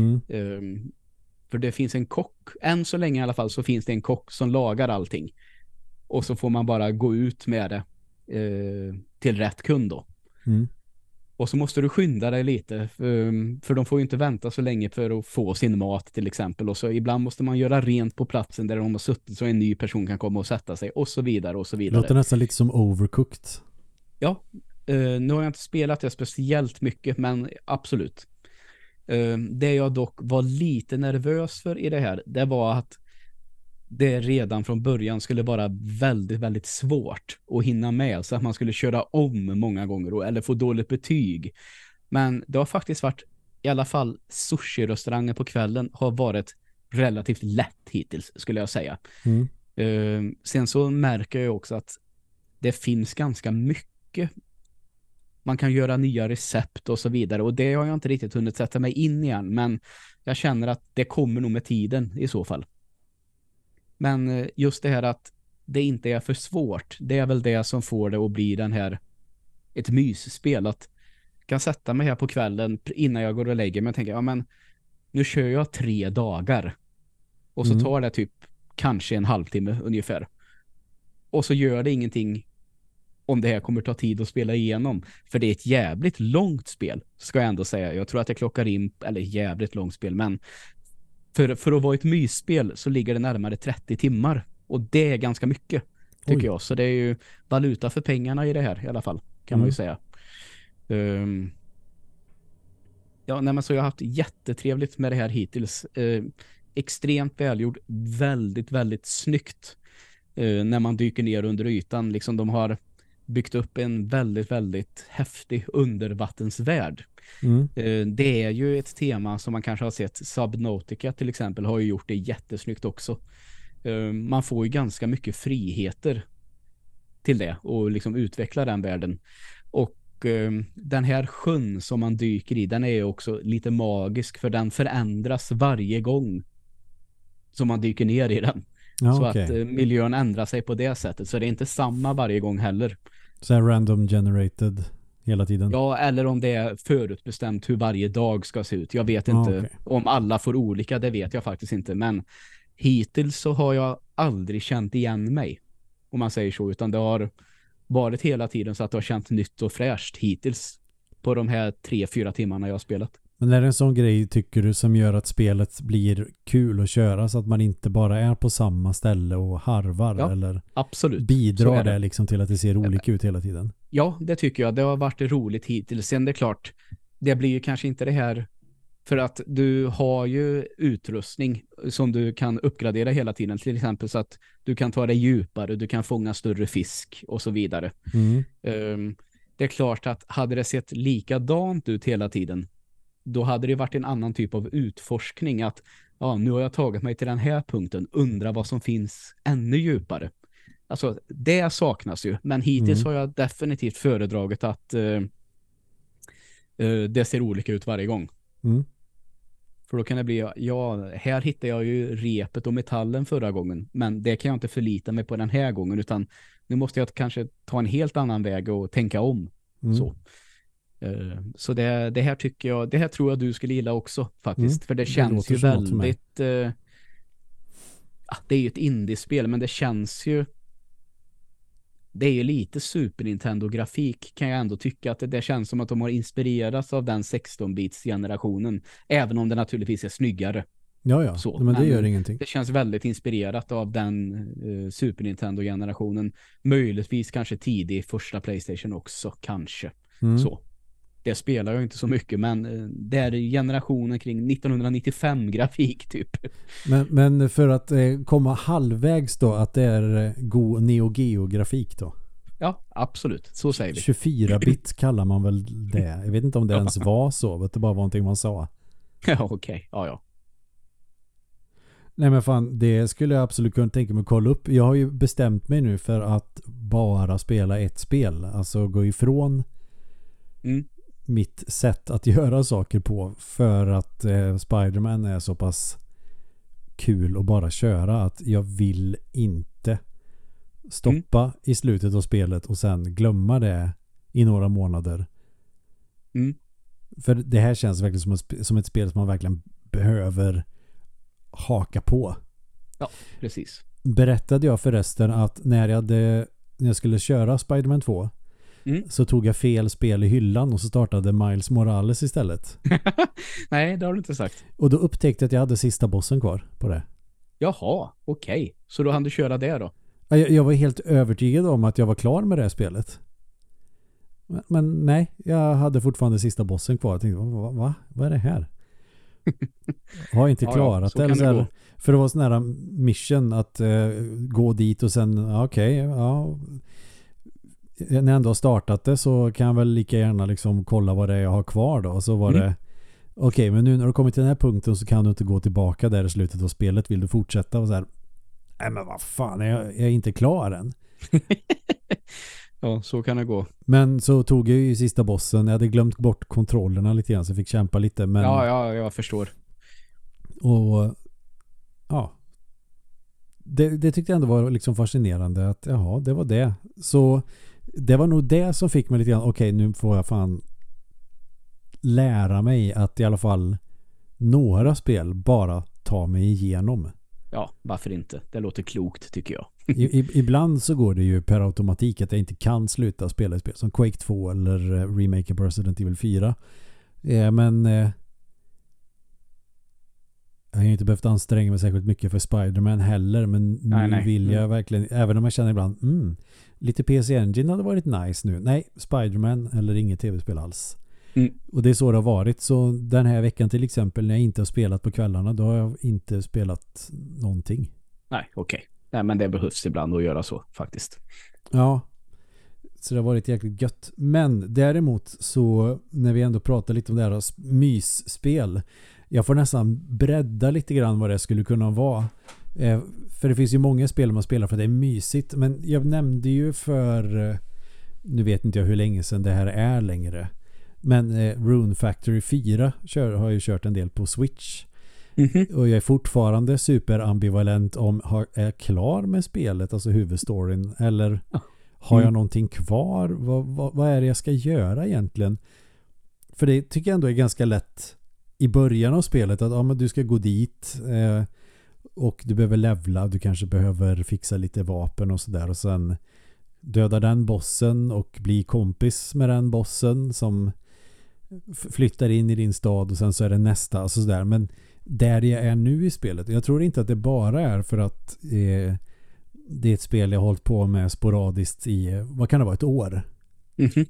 För det finns en kock. Än så länge i alla fall så finns det en kock som lagar allting. Och så får man bara gå ut med det till rätt kund då. Och så måste du skynda dig lite. För de får ju inte vänta så länge för att få sin mat till exempel. Och så ibland måste man göra rent på platsen där de har suttit så en ny person kan komma och sätta sig. Och så vidare och så vidare. Det låter nästan lite som Overcooked. Ja, nu har jag inte spelat det speciellt mycket men absolut. Det jag dock var lite nervös för i det här, det var att det redan från början skulle vara väldigt, väldigt svårt att hinna med så att man skulle köra om många gånger eller få dåligt betyg. Men det har faktiskt varit, i alla fall sushi-restauranger på kvällen har varit relativt lätt hittills skulle jag säga. Sen så märker jag också att det finns ganska mycket. Man kan göra nya recept och så vidare och det har jag inte riktigt hunnit sätta mig in i än men jag känner att det kommer nog med tiden i så fall. Men just det här att det inte är för svårt, det är väl det som får det att bli ett mysspel att jag kan sätta mig här på kvällen innan jag går och lägger mig och tänker, ja men nu kör jag 3 dagar och så tar det typ kanske en halvtimme ungefär. Och så gör det ingenting om det här kommer ta tid att spela igenom. För det är ett jävligt långt spel, ska jag ändå säga. Jag tror att jag klockar in, eller jävligt långt spel, men för att vara ett mysspel så ligger det närmare 30 timmar. Och det är ganska mycket, tycker jag. Så det är ju valuta för pengarna i det här i alla fall, kan man ju säga. Ja, nej, men så jag har haft jättetrevligt med det här hittills. Extremt välgjord, väldigt, väldigt snyggt när man dyker ner under ytan. Liksom de har byggt upp en väldigt, väldigt häftig undervattensvärld. Mm. Det är ju ett tema som man kanske har sett. Subnautica till exempel har ju gjort det jättesnyggt också. Man får ju ganska mycket friheter till det och liksom utveckla den världen. Och den här sjön som man dyker i, den är ju också lite magisk för den förändras varje gång som man dyker ner i den. Ja, så okay. att miljön ändrar sig på det sättet. Så det är inte samma varje gång heller. Så här random generated hela tiden? Ja, eller om det är förutbestämt hur varje dag ska se ut. Jag vet inte okay. om alla får olika, det vet jag faktiskt inte. Men hittills så har jag aldrig känt igen mig, om man säger så. Utan det har varit hela tiden så att det har känt nytt och fräscht hittills på de här 3-4 timmarna jag har spelat. Men är det en sån grej, tycker du, som gör att spelet blir kul att köra så att man inte bara är på samma ställe och harvar? Ja, eller absolut. bidrar det liksom till att det ser olika ut hela tiden? Ja, det tycker jag. Det har varit roligt hittills. Sen det är klart, det blir ju kanske inte det här, för att du har ju utrustning som du kan uppgradera hela tiden. Till exempel så att du kan ta dig djupare, du kan fånga större fisk och så vidare. Det är klart att hade det sett likadant ut hela tiden, då hade det varit en annan typ av utforskning. Att ja, nu har jag tagit mig till den här punkten, undrar vad som finns ännu djupare. Alltså det saknas ju. Men hittills har jag definitivt föredragit att det ser olika ut varje gång. För då kan det bli, ja, här hittar jag ju repet och metallen förra gången, men det kan jag inte förlita mig på den här gången, utan nu måste jag kanske ta en helt annan väg och tänka om. Så det här tycker jag, det här tror jag du skulle gilla också faktiskt, för det känns ju väldigt det är ju ett indiespel, men det känns ju, det är ju lite Super Nintendo-grafik, kan jag ändå tycka, att det känns som att de har inspirerats av den 16-bits-generationen, även om det naturligtvis är snyggare. Ja, så, men det gör ingenting. Det känns väldigt inspirerat av den Super Nintendo-generationen. Möjligtvis kanske tidig första PlayStation också, kanske. Så. Det spelar jag inte så mycket, men det är generationen kring 1995-grafik typ. Men för att komma halvvägs då, att det är god Neo Geo-grafik då? Ja, absolut. Så säger vi. 24-bit kallar man väl det. Jag vet inte om det ens var så, att det bara var någonting man sa. Ja, okej. Ja. Nej men fan, det skulle jag absolut kunna tänka mig att kolla upp. Jag har ju bestämt mig nu för att bara spela ett spel. Alltså gå ifrån mitt sätt att göra saker på, för att Spider-Man är så pass kul att bara köra att jag vill inte stoppa i slutet av spelet och sen glömma det i några månader. För det här känns verkligen som ett spel som man verkligen behöver haka på. Ja, precis. Berättade jag förresten att när jag skulle köra Spider-Man 2 så tog jag fel spel i hyllan och så startade Miles Morales istället. Nej, det har du inte sagt. Och då upptäckte jag att jag hade sista bossen kvar på det. Jaha, okej. Så då hann du köra det då? Jag var helt övertygad om att jag var klar med det här spelet. Men nej, jag hade fortfarande sista bossen kvar. Jag tänkte, vad är det här? Har inte klarat det. Eller för det var sån här mission att gå dit och sen när jag ändå har startat det så kan jag väl lika gärna liksom kolla vad det är jag har kvar då. Och så var det okej, men nu när du kommit till den här punkten så kan du inte gå tillbaka där i slutet av spelet. Vill du fortsätta? Och så här, nej men vad fan, jag är inte klar än. Ja, så kan det gå. Men så tog jag ju sista bossen. Jag hade glömt bort kontrollerna lite grann så jag fick kämpa lite. Men... Ja, jag förstår. Och ja, det tyckte jag ändå var liksom fascinerande att det var det. Så det var nog det som fick mig lite grann, okej, nu får jag fan lära mig att i alla fall några spel bara ta mig igenom. Ja, varför inte? Det låter klokt tycker jag. Ibland så går det ju per automatik att jag inte kan sluta spela spel som Quake 2 eller remaken på Resident Evil 4. Men jag har inte behövt anstränga mig särskilt mycket för Spider-Man heller, men nu vill jag verkligen, även om jag känner ibland lite PC Engine hade varit nice nu. Nej, Spider-Man eller inget tv-spel alls. Och det är så det har varit. Så den här veckan till exempel, när jag inte har spelat på kvällarna, då har jag inte spelat någonting. Nej, okej. Nej, men det behövs ibland att göra så faktiskt. Ja. Så det har varit jäkligt gött. Men däremot så, när vi ändå pratar lite om det här mysspel, jag får nästan bredda lite grann vad det skulle kunna vara. För det finns ju många spel man spelar för att det är mysigt. Men jag nämnde ju för, nu vet inte jag hur länge sedan det här är längre. Men Rune Factory 4 har ju kört en del på Switch. Mm-hmm. Och jag är fortfarande superambivalent om är jag klar med spelet, alltså huvudstoryn, eller har jag någonting kvar? Vad är det jag ska göra egentligen? För det tycker jag ändå är ganska lätt i början av spelet att men du ska gå dit och du behöver levla, du kanske behöver fixa lite vapen och sådär, och sen döda den bossen och bli kompis med den bossen som flyttar in i din stad, och sen så är det nästa, alltså sådär. Men där jag är nu i spelet, jag tror inte att det bara är för att det är ett spel jag har hållit på med sporadiskt i, vad kan det vara, ett år? Mm-hmm.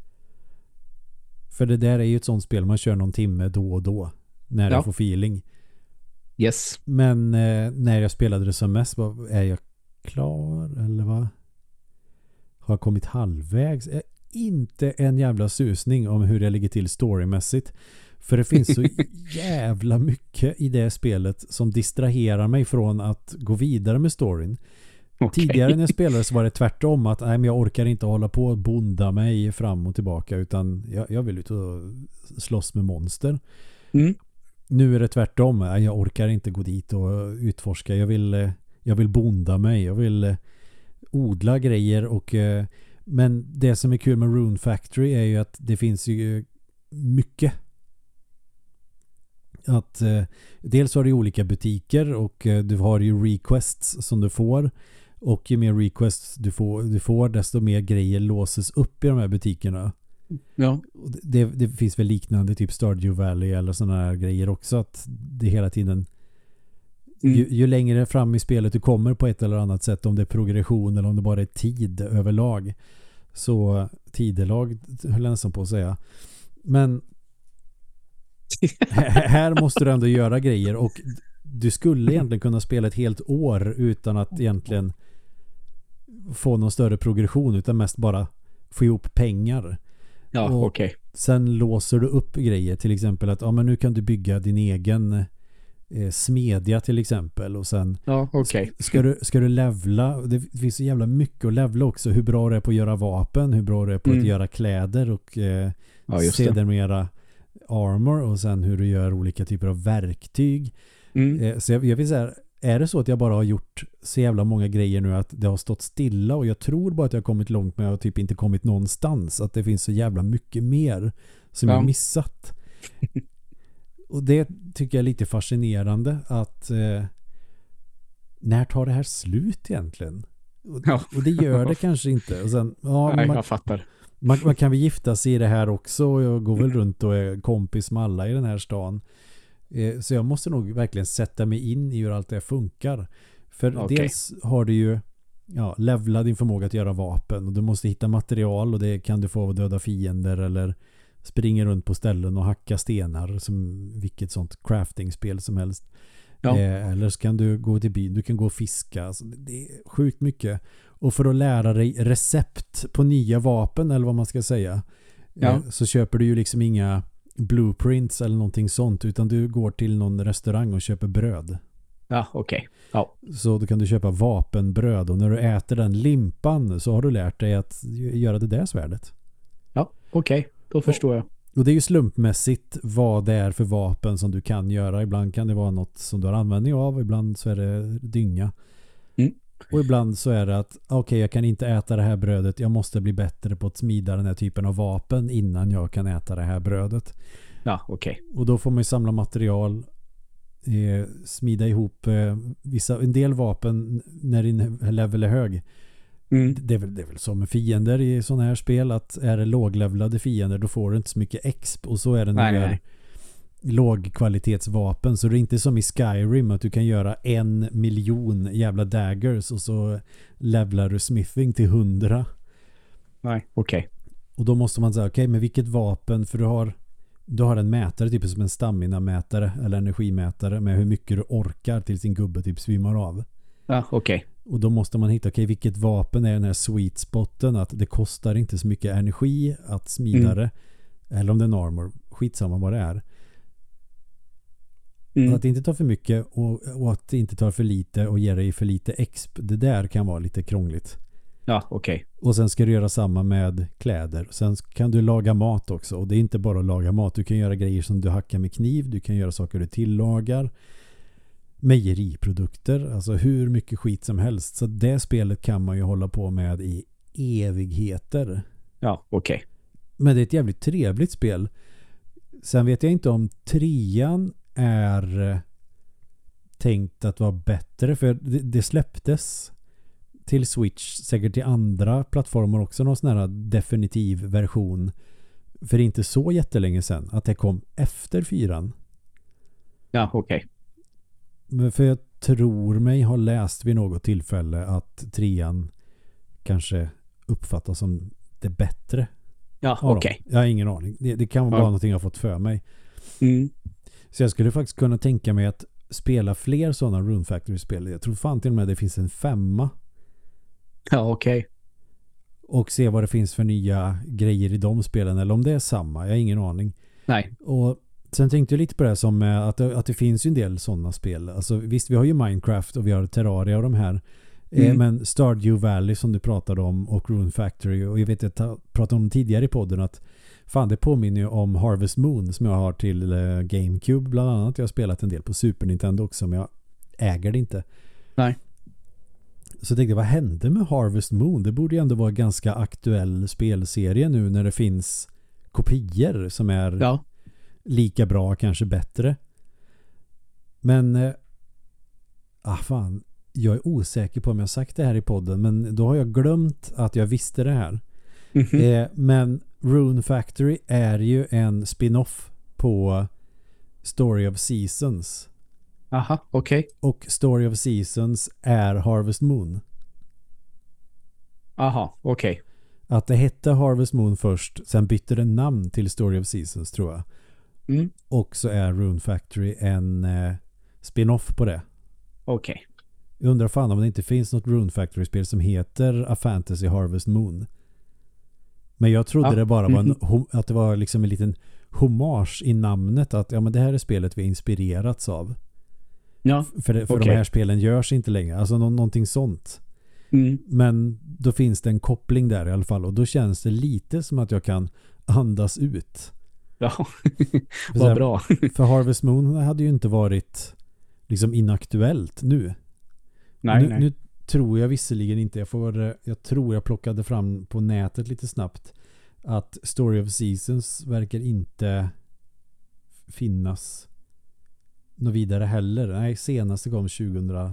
För det där är ju ett sånt spel man kör någon timme då och då när jag får feeling. Yes. Men när jag spelade det som mest, är jag klar eller vad? Har jag kommit halvvägs? Inte en jävla susning om hur jag ligger till storymässigt. För det finns så jävla mycket i det spelet som distraherar mig från att gå vidare med storyn. Okay. Tidigare när jag spelade så var det tvärtom, att men jag orkar inte hålla på och bonda mig fram och tillbaka, utan jag vill ut och slåss med monster. Mm. Nu är det tvärtom. Jag orkar inte gå dit och utforska. Jag vill bonda mig. Jag vill odla grejer. Och men det som är kul med Rune Factory är ju att det finns ju mycket. Att dels har du olika butiker och du har ju requests som du får, och ju mer requests du får desto mer grejer låses upp i de här butikerna. Ja. Det finns väl liknande typ Stardew Valley eller sådana här grejer också, att det hela tiden ju längre fram i spelet du kommer på ett eller annat sätt, om det är progression eller om det bara är tid överlag, så tidelag höll jag nästan på att säga, men här måste du ändå göra grejer, och du skulle egentligen kunna spela ett helt år utan att egentligen få någon större progression, utan mest bara få ihop pengar. Ja, okej. Okay. Sen låser du upp grejer, till exempel att men nu kan du bygga din egen smedja till exempel, och sen ska du levla. Det finns så jävla mycket att levla också, hur bra du är på att göra vapen, hur bra du är på att göra kläder och sedermera armor, och sen hur du gör olika typer av verktyg. Så jag vill säga, är det så att jag bara har gjort så jävla många grejer nu att det har stått stilla, och jag tror bara att jag har kommit långt, men jag har typ inte kommit någonstans, att det finns så jävla mycket mer som jag missat. Och det tycker jag är lite fascinerande, att när tar det här slut egentligen? Och det gör det kanske inte. Och sen, nej, jag fattar. Man kan vi gifta sig i det här också, och jag går väl runt och är kompis med alla i den här stan. Så jag måste nog verkligen sätta mig in i hur allt det funkar. För dels har du ju levla din förmåga att göra vapen, och du måste hitta material, och det kan du få av att döda fiender eller springa runt på ställen och hacka stenar, som vilket sånt craftingspel som helst. Eller så kan du gå till byn, du kan gå och fiska. Alltså, det är sjukt mycket. Och för att lära dig recept på nya vapen, eller vad man ska säga, så köper du ju liksom inga blueprints eller någonting sånt, utan du går till någon restaurang och köper bröd. Ja, okej. Ja. Så då kan du köpa vapenbröd, och när du äter den limpan så har du lärt dig att göra det där svärdet. Ja, okej. Då förstår jag. Och det är ju slumpmässigt vad det är för vapen som du kan göra. Ibland kan det vara något som du har användning av, ibland så är det dynga. Och ibland så är det att jag kan inte äta det här brödet, jag måste bli bättre på att smida den här typen av vapen innan jag kan äta det här brödet. Ja, okej. Och då får man ju samla material, smida ihop en del vapen när din level är hög. Det är väl så med fiender i sådana här spel, att är det låglevlade fiender då får du inte så mycket exp, och så är det när det är lågkvalitetsvapen, så det är inte som i Skyrim att du kan göra 1 miljon jävla daggers och så levlar du smithing till 100. Nej, okej. Och då måste man säga, men vilket vapen, för du har en mätare, typ som en stamina-mätare eller energimätare med hur mycket du orkar till sin gubbe typ svimmar av. Ja, okej. Och då måste man hitta, vilket vapen är den här sweet spoten, att det kostar inte så mycket energi att smida det. Eller om det är en armor, skitsamma vad det är. Att det inte tar för mycket och att det inte tar för lite och ger dig för lite exp. Det där kan vara lite krångligt. Ja, okej. Och sen ska du göra samma med kläder. Sen kan du laga mat också. Och det är inte bara att laga mat. Du kan göra grejer som du hackar med kniv. Du kan göra saker du tillagar. Mejeriprodukter. Alltså hur mycket skit som helst. Så det spelet kan man ju hålla på med i evigheter. Ja, okej. Men det är ett jävligt trevligt spel. Sen vet jag inte om 3:an är tänkt att vara bättre. För det släpptes till Switch, säkert till andra plattformar också, någon sån här definitiv version för inte så jättelänge sedan, att det kom efter 4:an. Ja, okej. Men för jag tror mig ha läst vid något tillfälle att 3:an kanske uppfattas som det bättre. Ja, okej. Jag har ingen aning. Det kan vara bara någonting jag har fått för mig. Så jag skulle faktiskt kunna tänka mig att spela fler sådana Rune Factory-spel. Jag tror fan till och med det finns en 5. Ja, okej. Och se vad det finns för nya grejer i de spelen. Eller om det är samma. Jag har ingen aning. Nej. Och sen tänkte jag lite på det som att det finns ju en del sådana spel. Alltså visst, vi har ju Minecraft och vi har Terraria och de här. Men Stardew Valley som du pratade om och Rune Factory. Och jag vet att jag pratade om tidigare i podden att fan, det påminner ju om Harvest Moon som jag har till GameCube bland annat. Jag har spelat en del på Super Nintendo också, men jag äger det inte. Nej. Så jag tänkte, vad hände med Harvest Moon? Det borde ju ändå vara ganska aktuell spelserie nu när det finns kopior som är lika bra, kanske bättre. Men fan, jag är osäker på om jag sagt det här i podden, men då har jag glömt att jag visste det här. Men Rune Factory är ju en spin-off på Story of Seasons. Aha, okej. Och Story of Seasons är Harvest Moon. Aha, okej. Att det hette Harvest Moon först, sen bytte det namn till Story of Seasons, tror jag. Och så är Rune Factory en spin-off på det. Okej. Jag undrar fan om det inte finns något Rune Factory-spel som heter A Fantasy Harvest Moon. Men jag trodde det bara var att det var liksom en liten hommage i namnet, att men det här är spelet vi inspirerats av. Ja. För de här spelen görs inte längre. Alltså någonting sånt. Men då finns det en koppling där i alla fall. Och då känns det lite som att jag kan andas ut. Ja, vad bra. För Harvest Moon hade ju inte varit liksom inaktuellt nu. Nej. Nu tror jag visserligen inte. Jag tror jag plockade fram på nätet lite snabbt att Story of Seasons verkar inte finnas något vidare heller. Nej, senaste kom 2003.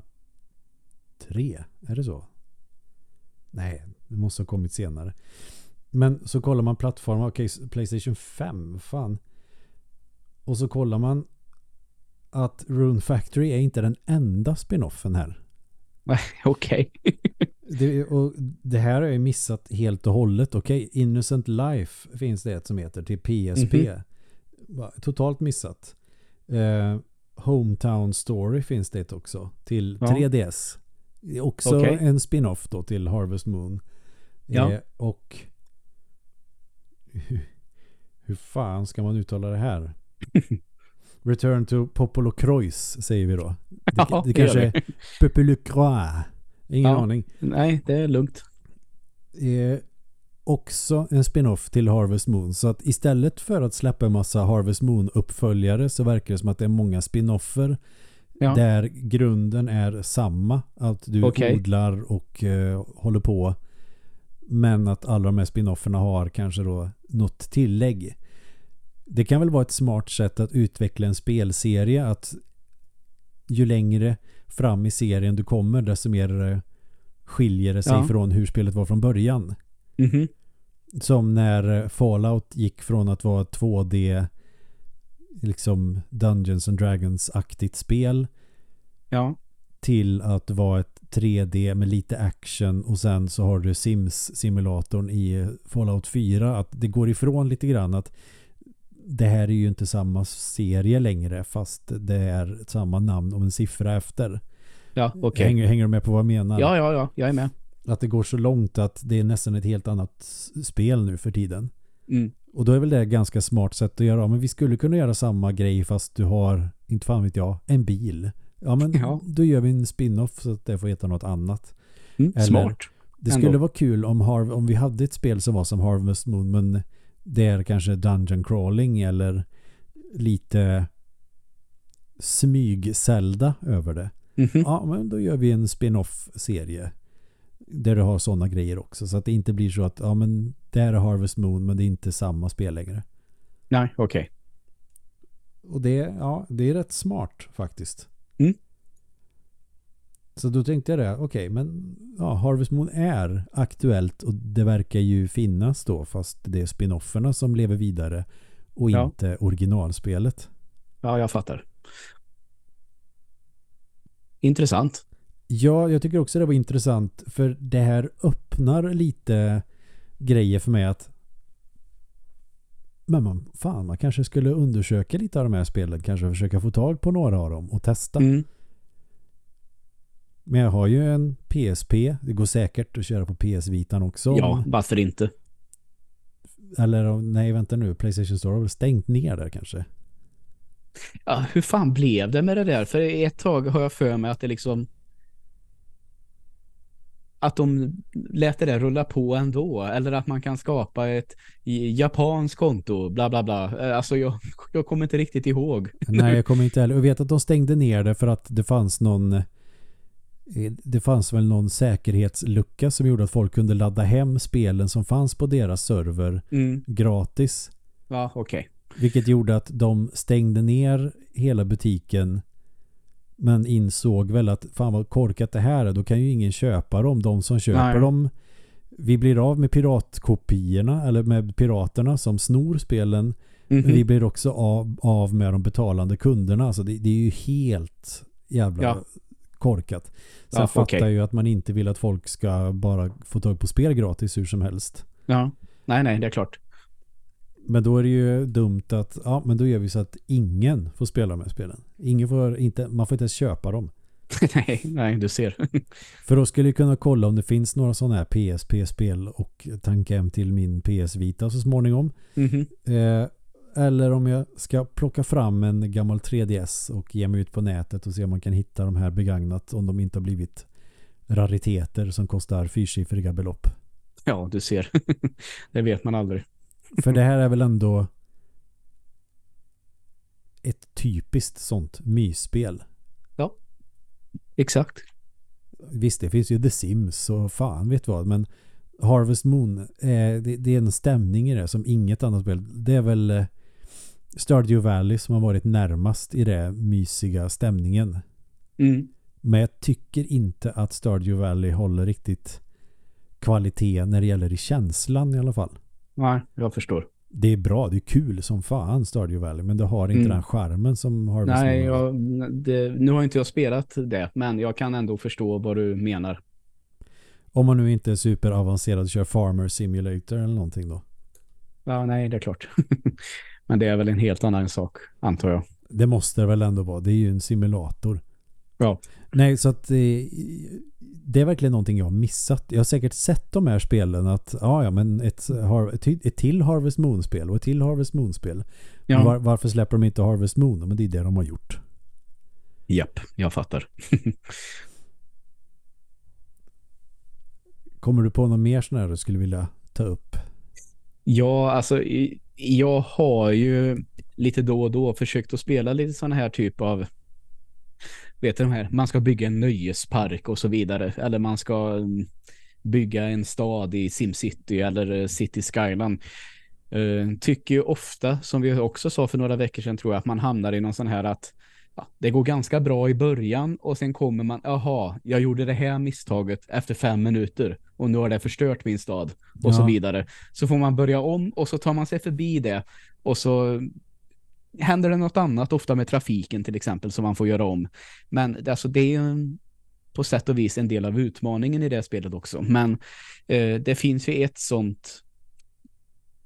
Är det så? Nej, det måste ha kommit senare. Men så kollar man plattformar. Okej, PlayStation 5. Fan. Och så kollar man att Rune Factory är inte den enda spin-offen här. Okej. Det här har jag missat helt och hållet. Okej, Innocent Life finns det ett som heter till PSP. Totalt missat. Hometown Story finns det också till 3DS. Också en spin-off då till Harvest Moon. Och hur fan ska man uttala det här? Return to Popolo Croix säger vi då. Det kanske är Popolo Croix. Ingen aning. Nej, det är lugnt. Också en spin-off till Harvest Moon. Så att istället för att släppa en massa Harvest Moon-uppföljare så verkar det som att det är många spin-offer där grunden är samma. Att du odlar och håller på. Men att alla de här spin-offerna har kanske då något tillägg. Det kan väl vara ett smart sätt att utveckla en spelserie, att ju längre fram i serien du kommer, desto mer skiljer det sig från hur spelet var från början. Som när Fallout gick från att vara 2D liksom Dungeons and Dragons-aktigt spel till att vara ett 3D med lite action, och sen så har du Sims-simulatorn i Fallout 4, att det går ifrån lite grann att det här är ju inte samma serie längre fast det är samma namn och en siffra efter. Ja, okej. Hänger du med på vad jag menar? Ja, jag är med. Att det går så långt att det är nästan ett helt annat spel nu för tiden. Mm. Och då är väl det ett ganska smart sätt att göra. Men vi skulle kunna göra samma grej fast du har, inte fan vet jag, en bil. Ja, men då gör vi en spin-off så att det får heta något annat. Eller, smart. Det skulle vara kul om vi hade ett spel som var som Harvest Moon, men det är kanske dungeon crawling eller lite smyg-Zelda över det. Mm-hmm. Ja, men då gör vi en spin-off-serie där du har sådana grejer också. Så att det inte blir så att ja, men det här är Harvest Moon men det är inte samma spel längre. Nej, okej. Och det är rätt smart faktiskt. Mm. Så då tänkte jag det, okej, men ja, Harvest Moon är aktuellt och det verkar ju finnas då, fast det är spin-offerna som lever vidare och inte originalspelet. Ja, jag fattar. Intressant. Ja, jag tycker också det var intressant för det här öppnar lite grejer för mig att men man kanske skulle undersöka lite av de här spelen, kanske försöka få tag på några av dem och testa. Mm. Men jag har ju en PSP, det går säkert att köra på PS Vitan också. Ja, varför inte? Eller nej, vänta nu, PlayStation Store har väl stängt ner där kanske. Ja, hur fan blev det med det där? För ett tag har jag för mig att det liksom att de lät det där rulla på ändå, eller att man kan skapa ett japanskt konto, bla bla bla. Alltså jag kommer inte riktigt ihåg. Nej, jag kommer inte heller. Jag vet att de stängde ner det för att det fanns väl någon säkerhetslucka som gjorde att folk kunde ladda hem spelen som fanns på deras server gratis. Ja, okej. Vilket gjorde att de stängde ner hela butiken men insåg väl att fan vad korkat det här är, då kan ju ingen köpa dem. De som köper dem, vi blir av med piratkopiorna eller med piraterna som snor spelen. Men vi blir också av med de betalande kunderna. Alltså det är ju helt jävla korkat. Sen fattar jag ju att man inte vill att folk ska bara få tag på spel gratis hur som helst. Ja, nej, det är klart. Men då är det ju dumt att men då gör vi så att ingen får spela de här spelen. Man får inte ens köpa dem. nej, du ser. För då skulle jag kunna kolla om det finns några sådana här PSP-spel och tanka hem till min PS Vita så småningom. Eller om jag ska plocka fram en gammal 3DS och ge mig ut på nätet och se om man kan hitta de här begagnat om de inte har blivit rariteter som kostar fyrsiffriga belopp. Ja, du ser. Det vet man aldrig. För det här är väl ändå ett typiskt sånt mysspel. Ja, exakt. Visst, det finns ju The Sims och fan vet vad, men Harvest Moon, det är en stämning i det som inget annat spel. Det är väl Stardew Valley som har varit närmast i det mysiga stämningen. Men jag tycker inte att Stardew Valley håller riktigt kvalitet när det gäller i känslan i alla fall. Nej, jag förstår. Det är bra, det är kul som fan Stardew Valley, men det har inte den charmen som Harvest Moon. Nej, nu har inte jag spelat det, men jag kan ändå förstå vad du menar. Om man nu inte är superavancerad och kör Farmer Simulator eller någonting då. Ja, nej, det är klart. Men det är väl en helt annan sak, antar jag. Det måste det väl ändå vara. Det är ju en simulator. Ja. Nej, så att det är verkligen någonting jag har missat. Jag har säkert sett de här spelen att men ett till Harvest Moon-spel och ett till Harvest Moon-spel. Ja. Varför släpper de inte Harvest Moon? Men det är det de har gjort. Japp, jag fattar. Kommer du på något mer sån här du skulle vilja ta upp? Ja, alltså jag har ju lite då och då försökt att spela lite sån här typ av de här, man ska bygga en nöjespark och så vidare, eller man ska bygga en stad i SimCity eller City Skyline. Tycker ju ofta, som vi också sa för några veckor sedan, tror jag, att man hamnar i någon sån här att det går ganska bra i början och sen kommer man, jag gjorde det här misstaget efter 5 minuter och nu har det förstört min stad och så vidare. Så får man börja om och så tar man sig förbi det och så händer det något annat, ofta med trafiken till exempel, som man får göra om. Men alltså, det är ju på sätt och vis en del av utmaningen i det spelet också. Men det finns ju ett sånt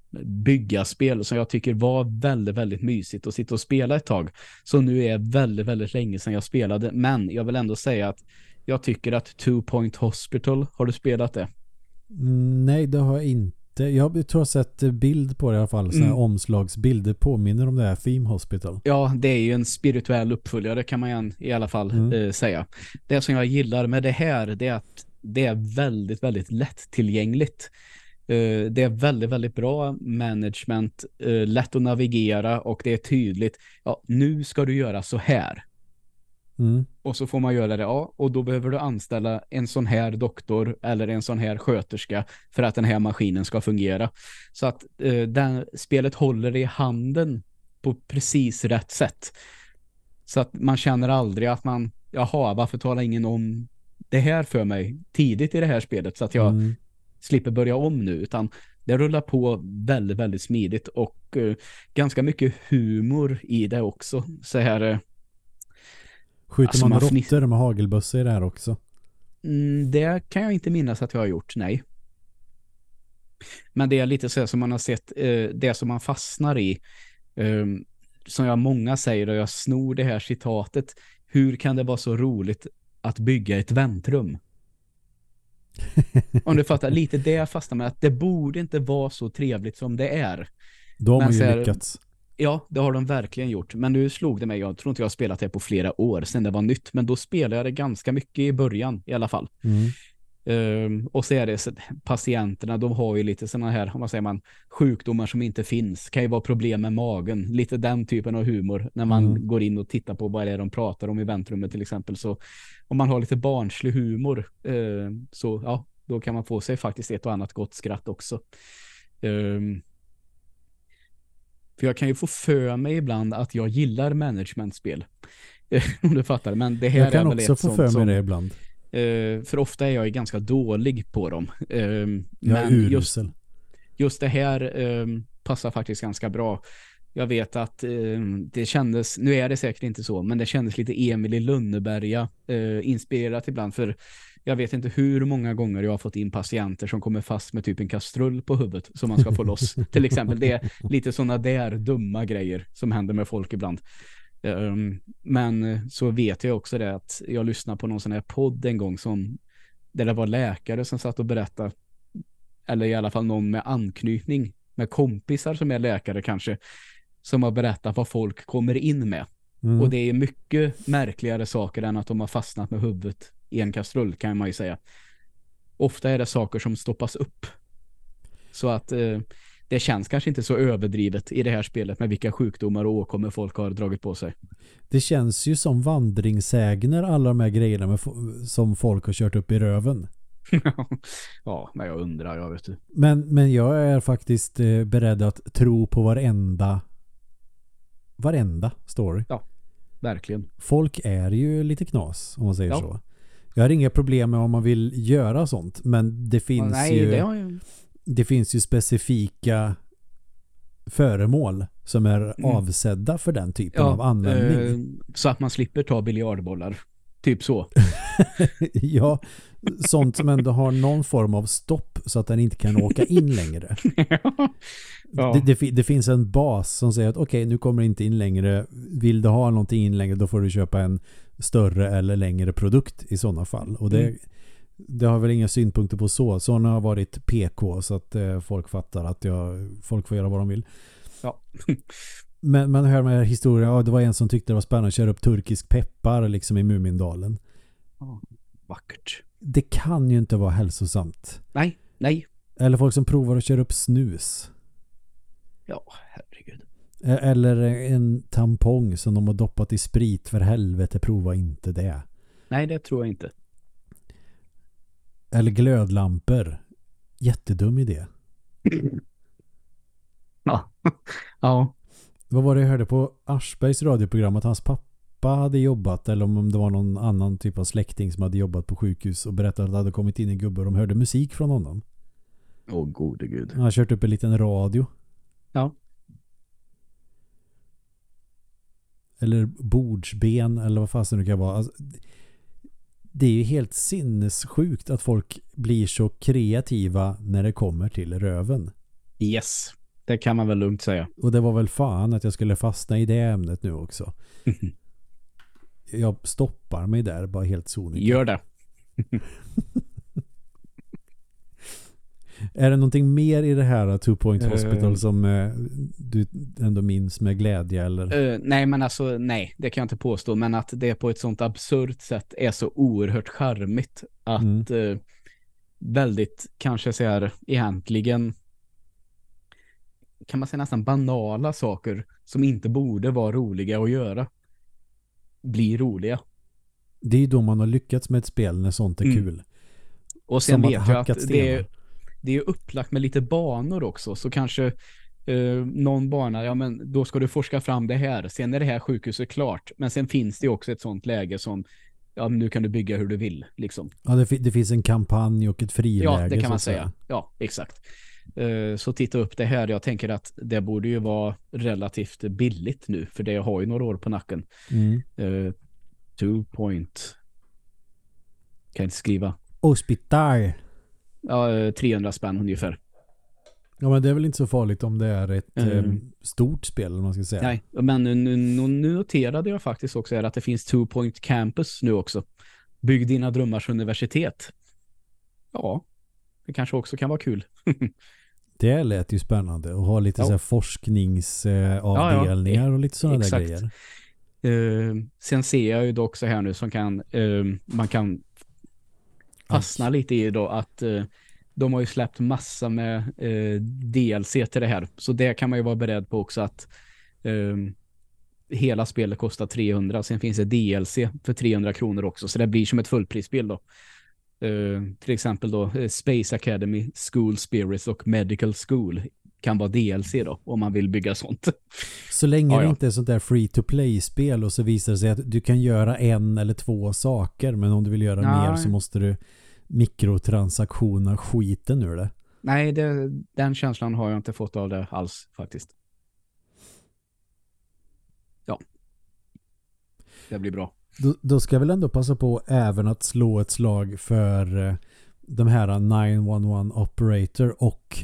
bygga spel som jag tycker var väldigt, väldigt mysigt att sitta och spela ett tag. Så nu är väldigt, väldigt länge sedan jag spelade. Men jag vill ändå säga att jag tycker att Two Point Hospital, har du spelat det? Nej, det har jag inte. Jag tror jag har sett bild på det i alla fall. Sådana här omslagsbilder påminner om det här Theme Hospital. Ja, det är ju en spirituell uppföljare kan man i alla fall säga. Det som jag gillar med det här, det är att det är väldigt, väldigt lättillgängligt. Det är väldigt, väldigt bra management, lätt att navigera och det är tydligt. Ja, nu ska du göra så här. Och så får man göra det, ja, och då behöver du anställa en sån här doktor eller en sån här sköterska för att den här maskinen ska fungera. Så att spelet håller i handen på precis rätt sätt. Så att man känner aldrig att man, jaha, varför talar ingen om det här för mig tidigt i det här spelet så att jag slipper börja om nu, utan det rullar på väldigt, väldigt smidigt och ganska mycket humor i det också. Så här skjuter alltså man råttor med hagelbössor i det här också? Det kan jag inte minnas att jag har gjort, nej. Men det är lite så som man har sett, det som man fastnar i, som många säger, och jag snor det här citatet: hur kan det vara så roligt att bygga ett väntrum? Om du fattar, lite det fastnar med att det borde inte vara så trevligt som det är. Då har man ju lyckats. Ja, det har de verkligen gjort. Men nu slog det mig, jag tror inte jag har spelat det på flera år sedan det var nytt, men då spelade jag det ganska mycket i början i alla fall. Och så är det så, patienterna, de har ju lite sådana här, om man säger sjukdomar som inte finns. Kan ju vara problem med magen, lite den typen av humor när man går in och tittar på vad det är de pratar om i väntrummet till exempel. Så om man har lite barnslig humor så ja, då kan man få sig faktiskt ett och annat gott skratt också. För jag kan ju få för mig ibland att jag gillar managementspel. Om du fattar. Men det här jag kan är väl också ett få för mig det ibland. För ofta är jag ganska dålig på dem. Men just det här passar faktiskt ganska bra. Jag vet att det kändes, nu är det säkert inte så, men det kändes lite Emil i Lönneberga inspirerat ibland, för jag vet inte hur många gånger jag har fått in patienter som kommer fast med typ en kastrull på huvudet som man ska få loss. Till exempel, det är lite sådana där dumma grejer som händer med folk ibland. Men så vet jag också det att jag lyssnade på någon sån här podd en gång där det var läkare som satt och berättade, eller i alla fall någon med anknytning med kompisar som är läkare kanske, som har berättat vad folk kommer in med. Och det är mycket märkligare saker än att de har fastnat med huvudet i en kastrull, kan man ju säga. Ofta är det saker som stoppas upp. Så att det känns kanske inte så överdrivet i det här spelet med vilka sjukdomar och åkommor folk har dragit på sig. Det känns ju som vandringssägner, alla de här grejerna som folk har kört upp i röven. Ja, men jag undrar, jag vet du. Men jag är faktiskt beredd att tro på varenda story. Ja, verkligen. Folk är ju lite knas, om man säger så. Jag har inga problem med om man vill göra sånt, men det finns det finns ju specifika föremål som är avsedda för den typen av användning. Så att man slipper ta biljardbollar. Typ så. Ja, sånt som ändå har någon form av stopp så att den inte kan åka in längre. Ja. Det finns en bas som säger att okej, nu kommer det inte in längre. Vill du ha någonting in längre, då får du köpa en större eller längre produkt i sådana fall. Och det har väl inga synpunkter på så. Sådana har varit PK så att folk fattar att folk får göra vad de vill. Ja. Men man hör med historien, det var en som tyckte det var spännande att köra upp turkisk peppar liksom i Mumindalen. Vackert. Det kan ju inte vara hälsosamt. Nej. Eller folk som provar att köra upp snus. Ja, herregud. Eller en tampong som de har doppat i sprit, för helvete, prova inte det. Nej, det tror jag inte. Eller glödlampor. Jättedum idé. Ja. Vad var det jag hörde på Aschbergs radioprogram, att hans pappa hade jobbat, eller om det var någon annan typ av släkting som hade jobbat på sjukhus och berättade att det hade kommit in en gubbe och de hörde musik från honom. Gode gud. Han har kört upp en liten radio. Ja. Eller bordsben, eller vad fasen det kan vara. Alltså, det är ju helt sinnessjukt att folk blir så kreativa när det kommer till röven. Yes. det kan man väl lugnt säga. Och det var väl fan att jag skulle fastna i det ämnet nu också. Jag stoppar mig där bara helt sonika. Gör det. Är det någonting mer i det här Two Point Hospital som du ändå minns med glädje? Eller? Nej, men alltså nej, det kan jag inte påstå. Men att det på ett sånt absurt sätt är så oerhört charmigt att väldigt, kanske så här, egentligen kan man säga nästan banala saker som inte borde vara roliga att göra blir roliga. Det är ju då man har lyckats med ett spel när sånt är kul. Och sen vet jag att det är upplagt med lite banor också, så kanske någon bana, ja men då ska du forska fram det här, sen är det här sjukhuset klart, men sen finns det också ett sånt läge som, ja nu kan du bygga hur du vill liksom. Ja, det finns en kampanj och ett friläge. Ja, det kan man säga. Ja, exakt. Så titta upp det här, jag tänker att det borde ju vara relativt billigt nu, för det har ju några år på nacken. 2 point kan jag inte skriva. Hospital. Ja, 300 spänn ungefär. Ja, men det är väl inte så farligt om det är ett stort spel, om man ska säga. Nej, men nu noterade jag faktiskt också att det finns 2 Point Campus nu också. Bygg dina drömmars universitet. Ja, det kanske också kan vara kul. Det lät ju spännande att ha lite så här forskningsavdelningar och lite sådana där grejer. Sen ser jag ju dock så här nu som man kan fastna lite i då att de har ju släppt massa med DLC till det här. Så det kan man ju vara beredd på också, att hela spelet kostar 300. Sen finns det DLC för 300 kronor också. Så det blir som ett fullprisspel då. Till exempel då Space Academy, School Spirits och Medical School kan vara DLC då, om man vill bygga sånt. Så länge det inte är sånt där free-to-play-spel och så visar det sig att du kan göra 1 eller 2 saker, men om du vill göra mer så måste du mikrotransaktioner skiten ur det. Nej, den känslan har jag inte fått av det alls faktiskt. Ja. Det blir bra. Då ska jag väl ändå passa på även att slå ett slag för de här 911 Operator och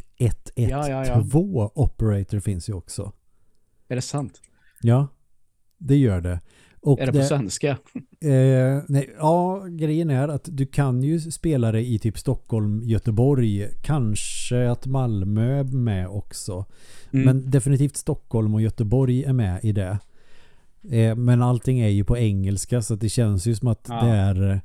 112 Operator finns ju också. Är det sant? Ja, det gör det. Och är det på svenska? Nej, ja, grejen är att du kan ju spela det i typ Stockholm, Göteborg, kanske att Malmö är med också. Men definitivt Stockholm och Göteborg är med i det. Men allting är ju på engelska, så att det känns ju som att det är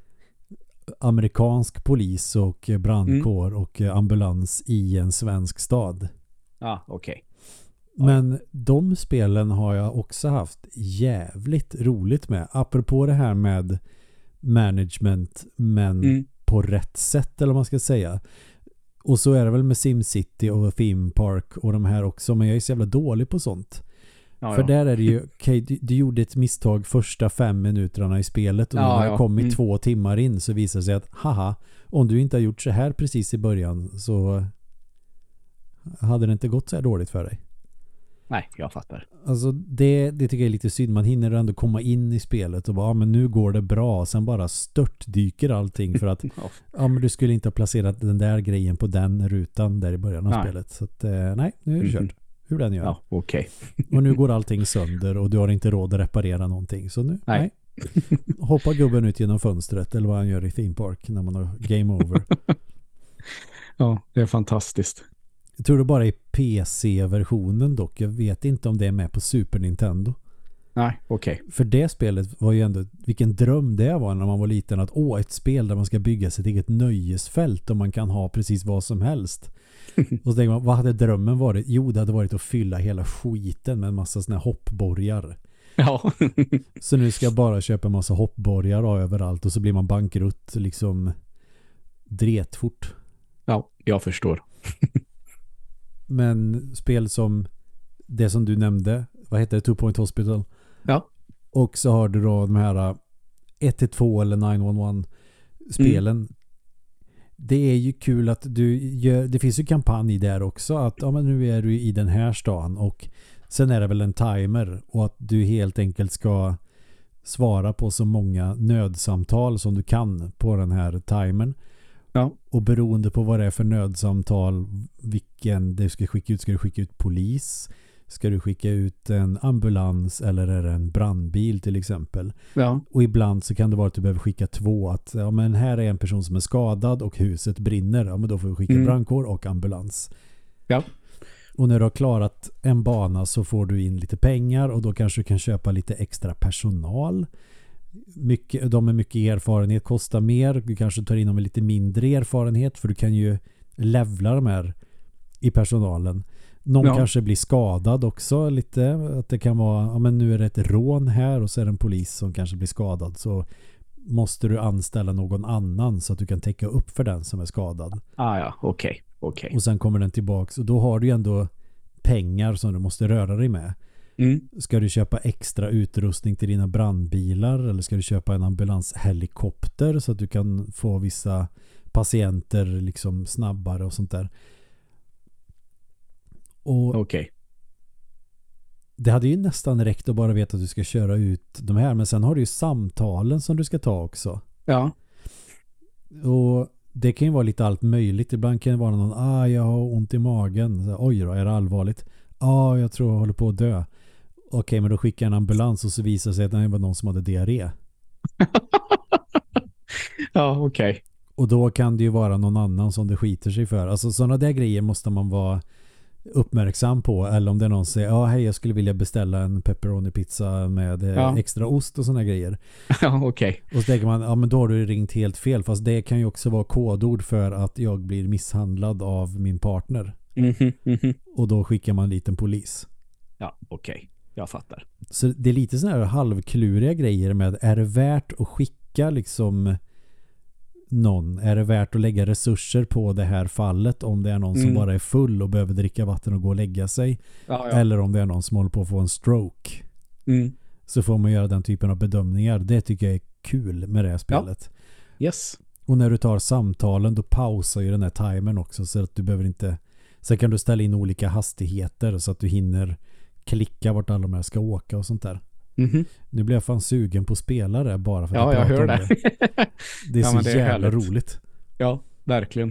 amerikansk polis och brandkår och ambulans i en svensk stad. Ja, okej. Men de spelen har jag också haft jävligt roligt med. Apropå det här med management, men på rätt sätt, eller vad man ska säga. Och så är det väl med SimCity och Theme Park och de här också, men jag är så jävla dålig på sånt. För där är det ju, du gjorde ett misstag första 5 minuterna i spelet och när jag kommit 2 timmar in så visar det sig att om du inte har gjort så här precis i början så hade det inte gått så här dåligt för dig. Nej, jag fattar. Alltså det tycker jag är lite synd. Man hinner ändå komma in i spelet och bara, men nu går det bra. Sen bara störtdyker allting för att men du skulle inte ha placerat den där grejen på den rutan där i början av spelet. Så att, nej, nu är det kört. Hur den gör. Ja, okej. Och nu går allting sönder och du har inte råd att reparera någonting. Så nu, nej. Hoppa gubben ut genom fönstret eller vad han gör i Theme Park när man har game over. Ja, det är fantastiskt. Jag tror det bara är PC-versionen dock. Jag vet inte om det är med på Super Nintendo. Nej, okej. För det spelet var ju ändå, vilken dröm det var när man var liten, att ett spel där man ska bygga sitt eget nöjesfält och man kan ha precis vad som helst. Och så tänker man, vad hade drömmen varit? Jo, det hade varit att fylla hela skiten med en massa såna här hoppborgar. Ja. Så nu ska jag bara köpa en massa hoppborgar överallt och så blir man bankrutt liksom dretfort. Ja, jag förstår. Men spel som det som du nämnde, vad heter det? 2 Point Hospital. Ja. Och så har du då de här 112 eller 911 spelen. Det är ju kul att det finns ju kampanj där också, att men nu är du i den här stan och sen är det väl en timer och att du helt enkelt ska svara på så många nödsamtal som du kan på den här timern. Ja. Och beroende på vad det är för nödsamtal, vilken du ska skicka ut polis, ska du skicka ut en ambulans eller är det en brandbil till exempel. Ja. Och ibland så kan det vara att du behöver skicka 2, att ja, men här är en person som är skadad och huset brinner, ja men då får vi skicka brandkår och ambulans. Ja. Och när du har klarat en bana så får du in lite pengar och då kanske du kan köpa lite extra personal. De med mycket erfarenhet kostar mer. Du kanske tar in dem med lite mindre erfarenhet, för du kan ju levla de här i personalen. Någon kanske blir skadad också lite. Att det kan vara, ja men nu är det ett rån här och så är det en polis som kanske blir skadad. Så måste du anställa någon annan så att du kan täcka upp för den som är skadad. Ja, okej. Och sen kommer den tillbaks och då har du ju ändå pengar som du måste röra dig med. Ska du köpa extra utrustning till dina brandbilar eller ska du köpa en ambulanshelikopter så att du kan få vissa patienter liksom snabbare och sånt där. Och det hade ju nästan räckt att bara veta att du ska köra ut de här, men sen har du ju samtalen som du ska ta också. Ja. Och det kan ju vara lite allt möjligt. Ibland kan det vara någon, jag har ont i magen. Så, oj då, är det allvarligt? Jag tror jag håller på att dö. Okej, men då skickar jag en ambulans och så visar sig att det var någon som hade diarré. Ja, okej. Och då kan det ju vara någon annan som det skiter sig för. Alltså sådana där grejer måste man vara uppmärksam på. Eller om det är någon som säger, hej, jag skulle vilja beställa en pepperoni-pizza med extra ost och sådana grejer. Ja, okej. Och så tänker man, men då har du ringt helt fel. Fast det kan ju också vara kodord för att jag blir misshandlad av min partner. Och då skickar man dit en polis. Ja, okej. Jag fattar. Så det är lite sådana här halvkluriga grejer med, är det värt att skicka liksom någon? Är det värt att lägga resurser på det här fallet om det är någon som bara är full och behöver dricka vatten och gå och lägga sig? Ja. Eller om det är någon som håller på att få en stroke. Så får man göra den typen av bedömningar. Det tycker jag är kul med det här spelet. Ja. Yes. Och när du tar samtalen då pausar ju den här timern också så att du behöver inte... Sen kan du ställa in olika hastigheter så att du hinner klicka vart alla de här ska åka och sånt där. Nu blir jag fan sugen på spelare bara för att jag hör det. Det är så det är jävla roligt. Ja, verkligen.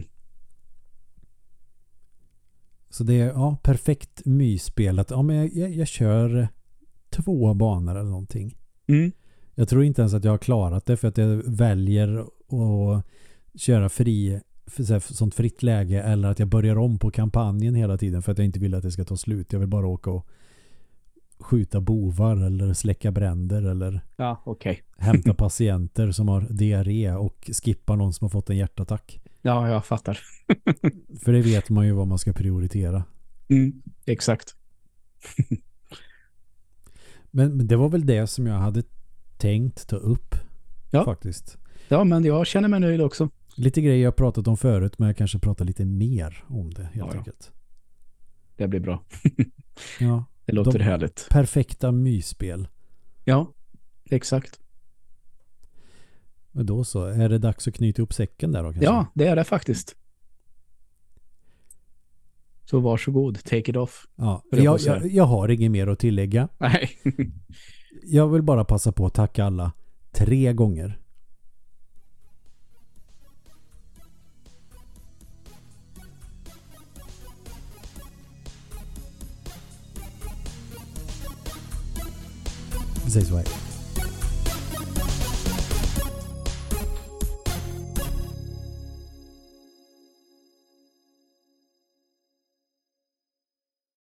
Så det är perfekt mysspelet. Ja, men jag kör 2 banor eller någonting. Jag tror inte ens att jag har klarat det för att jag väljer att köra sånt fritt läge eller att jag börjar om på kampanjen hela tiden för att jag inte vill att det ska ta slut. Jag vill bara åka och skjuta bovar eller släcka bränder eller hämta patienter som har diarré och skippa någon som har fått en hjärtattack. Ja, jag fattar. För det vet man ju vad man ska prioritera. Exakt. Men det var väl det som jag hade tänkt ta upp faktiskt. Ja, men jag känner mig nöjd också. Lite grejer jag pratat om förut, men jag kanske pratar lite mer om det helt enkelt. Det blir bra. Ja. Det låter härligt. Perfekta mysspel. Ja, exakt. Men då så, är det dags att knyta upp säcken där då kanske? Ja, det är det faktiskt. Så varsågod, take it off. Ja, jag har inget mer att tillägga. Nej. Jag vill bara passa på att tacka alla 3 gånger. Vi säger så här.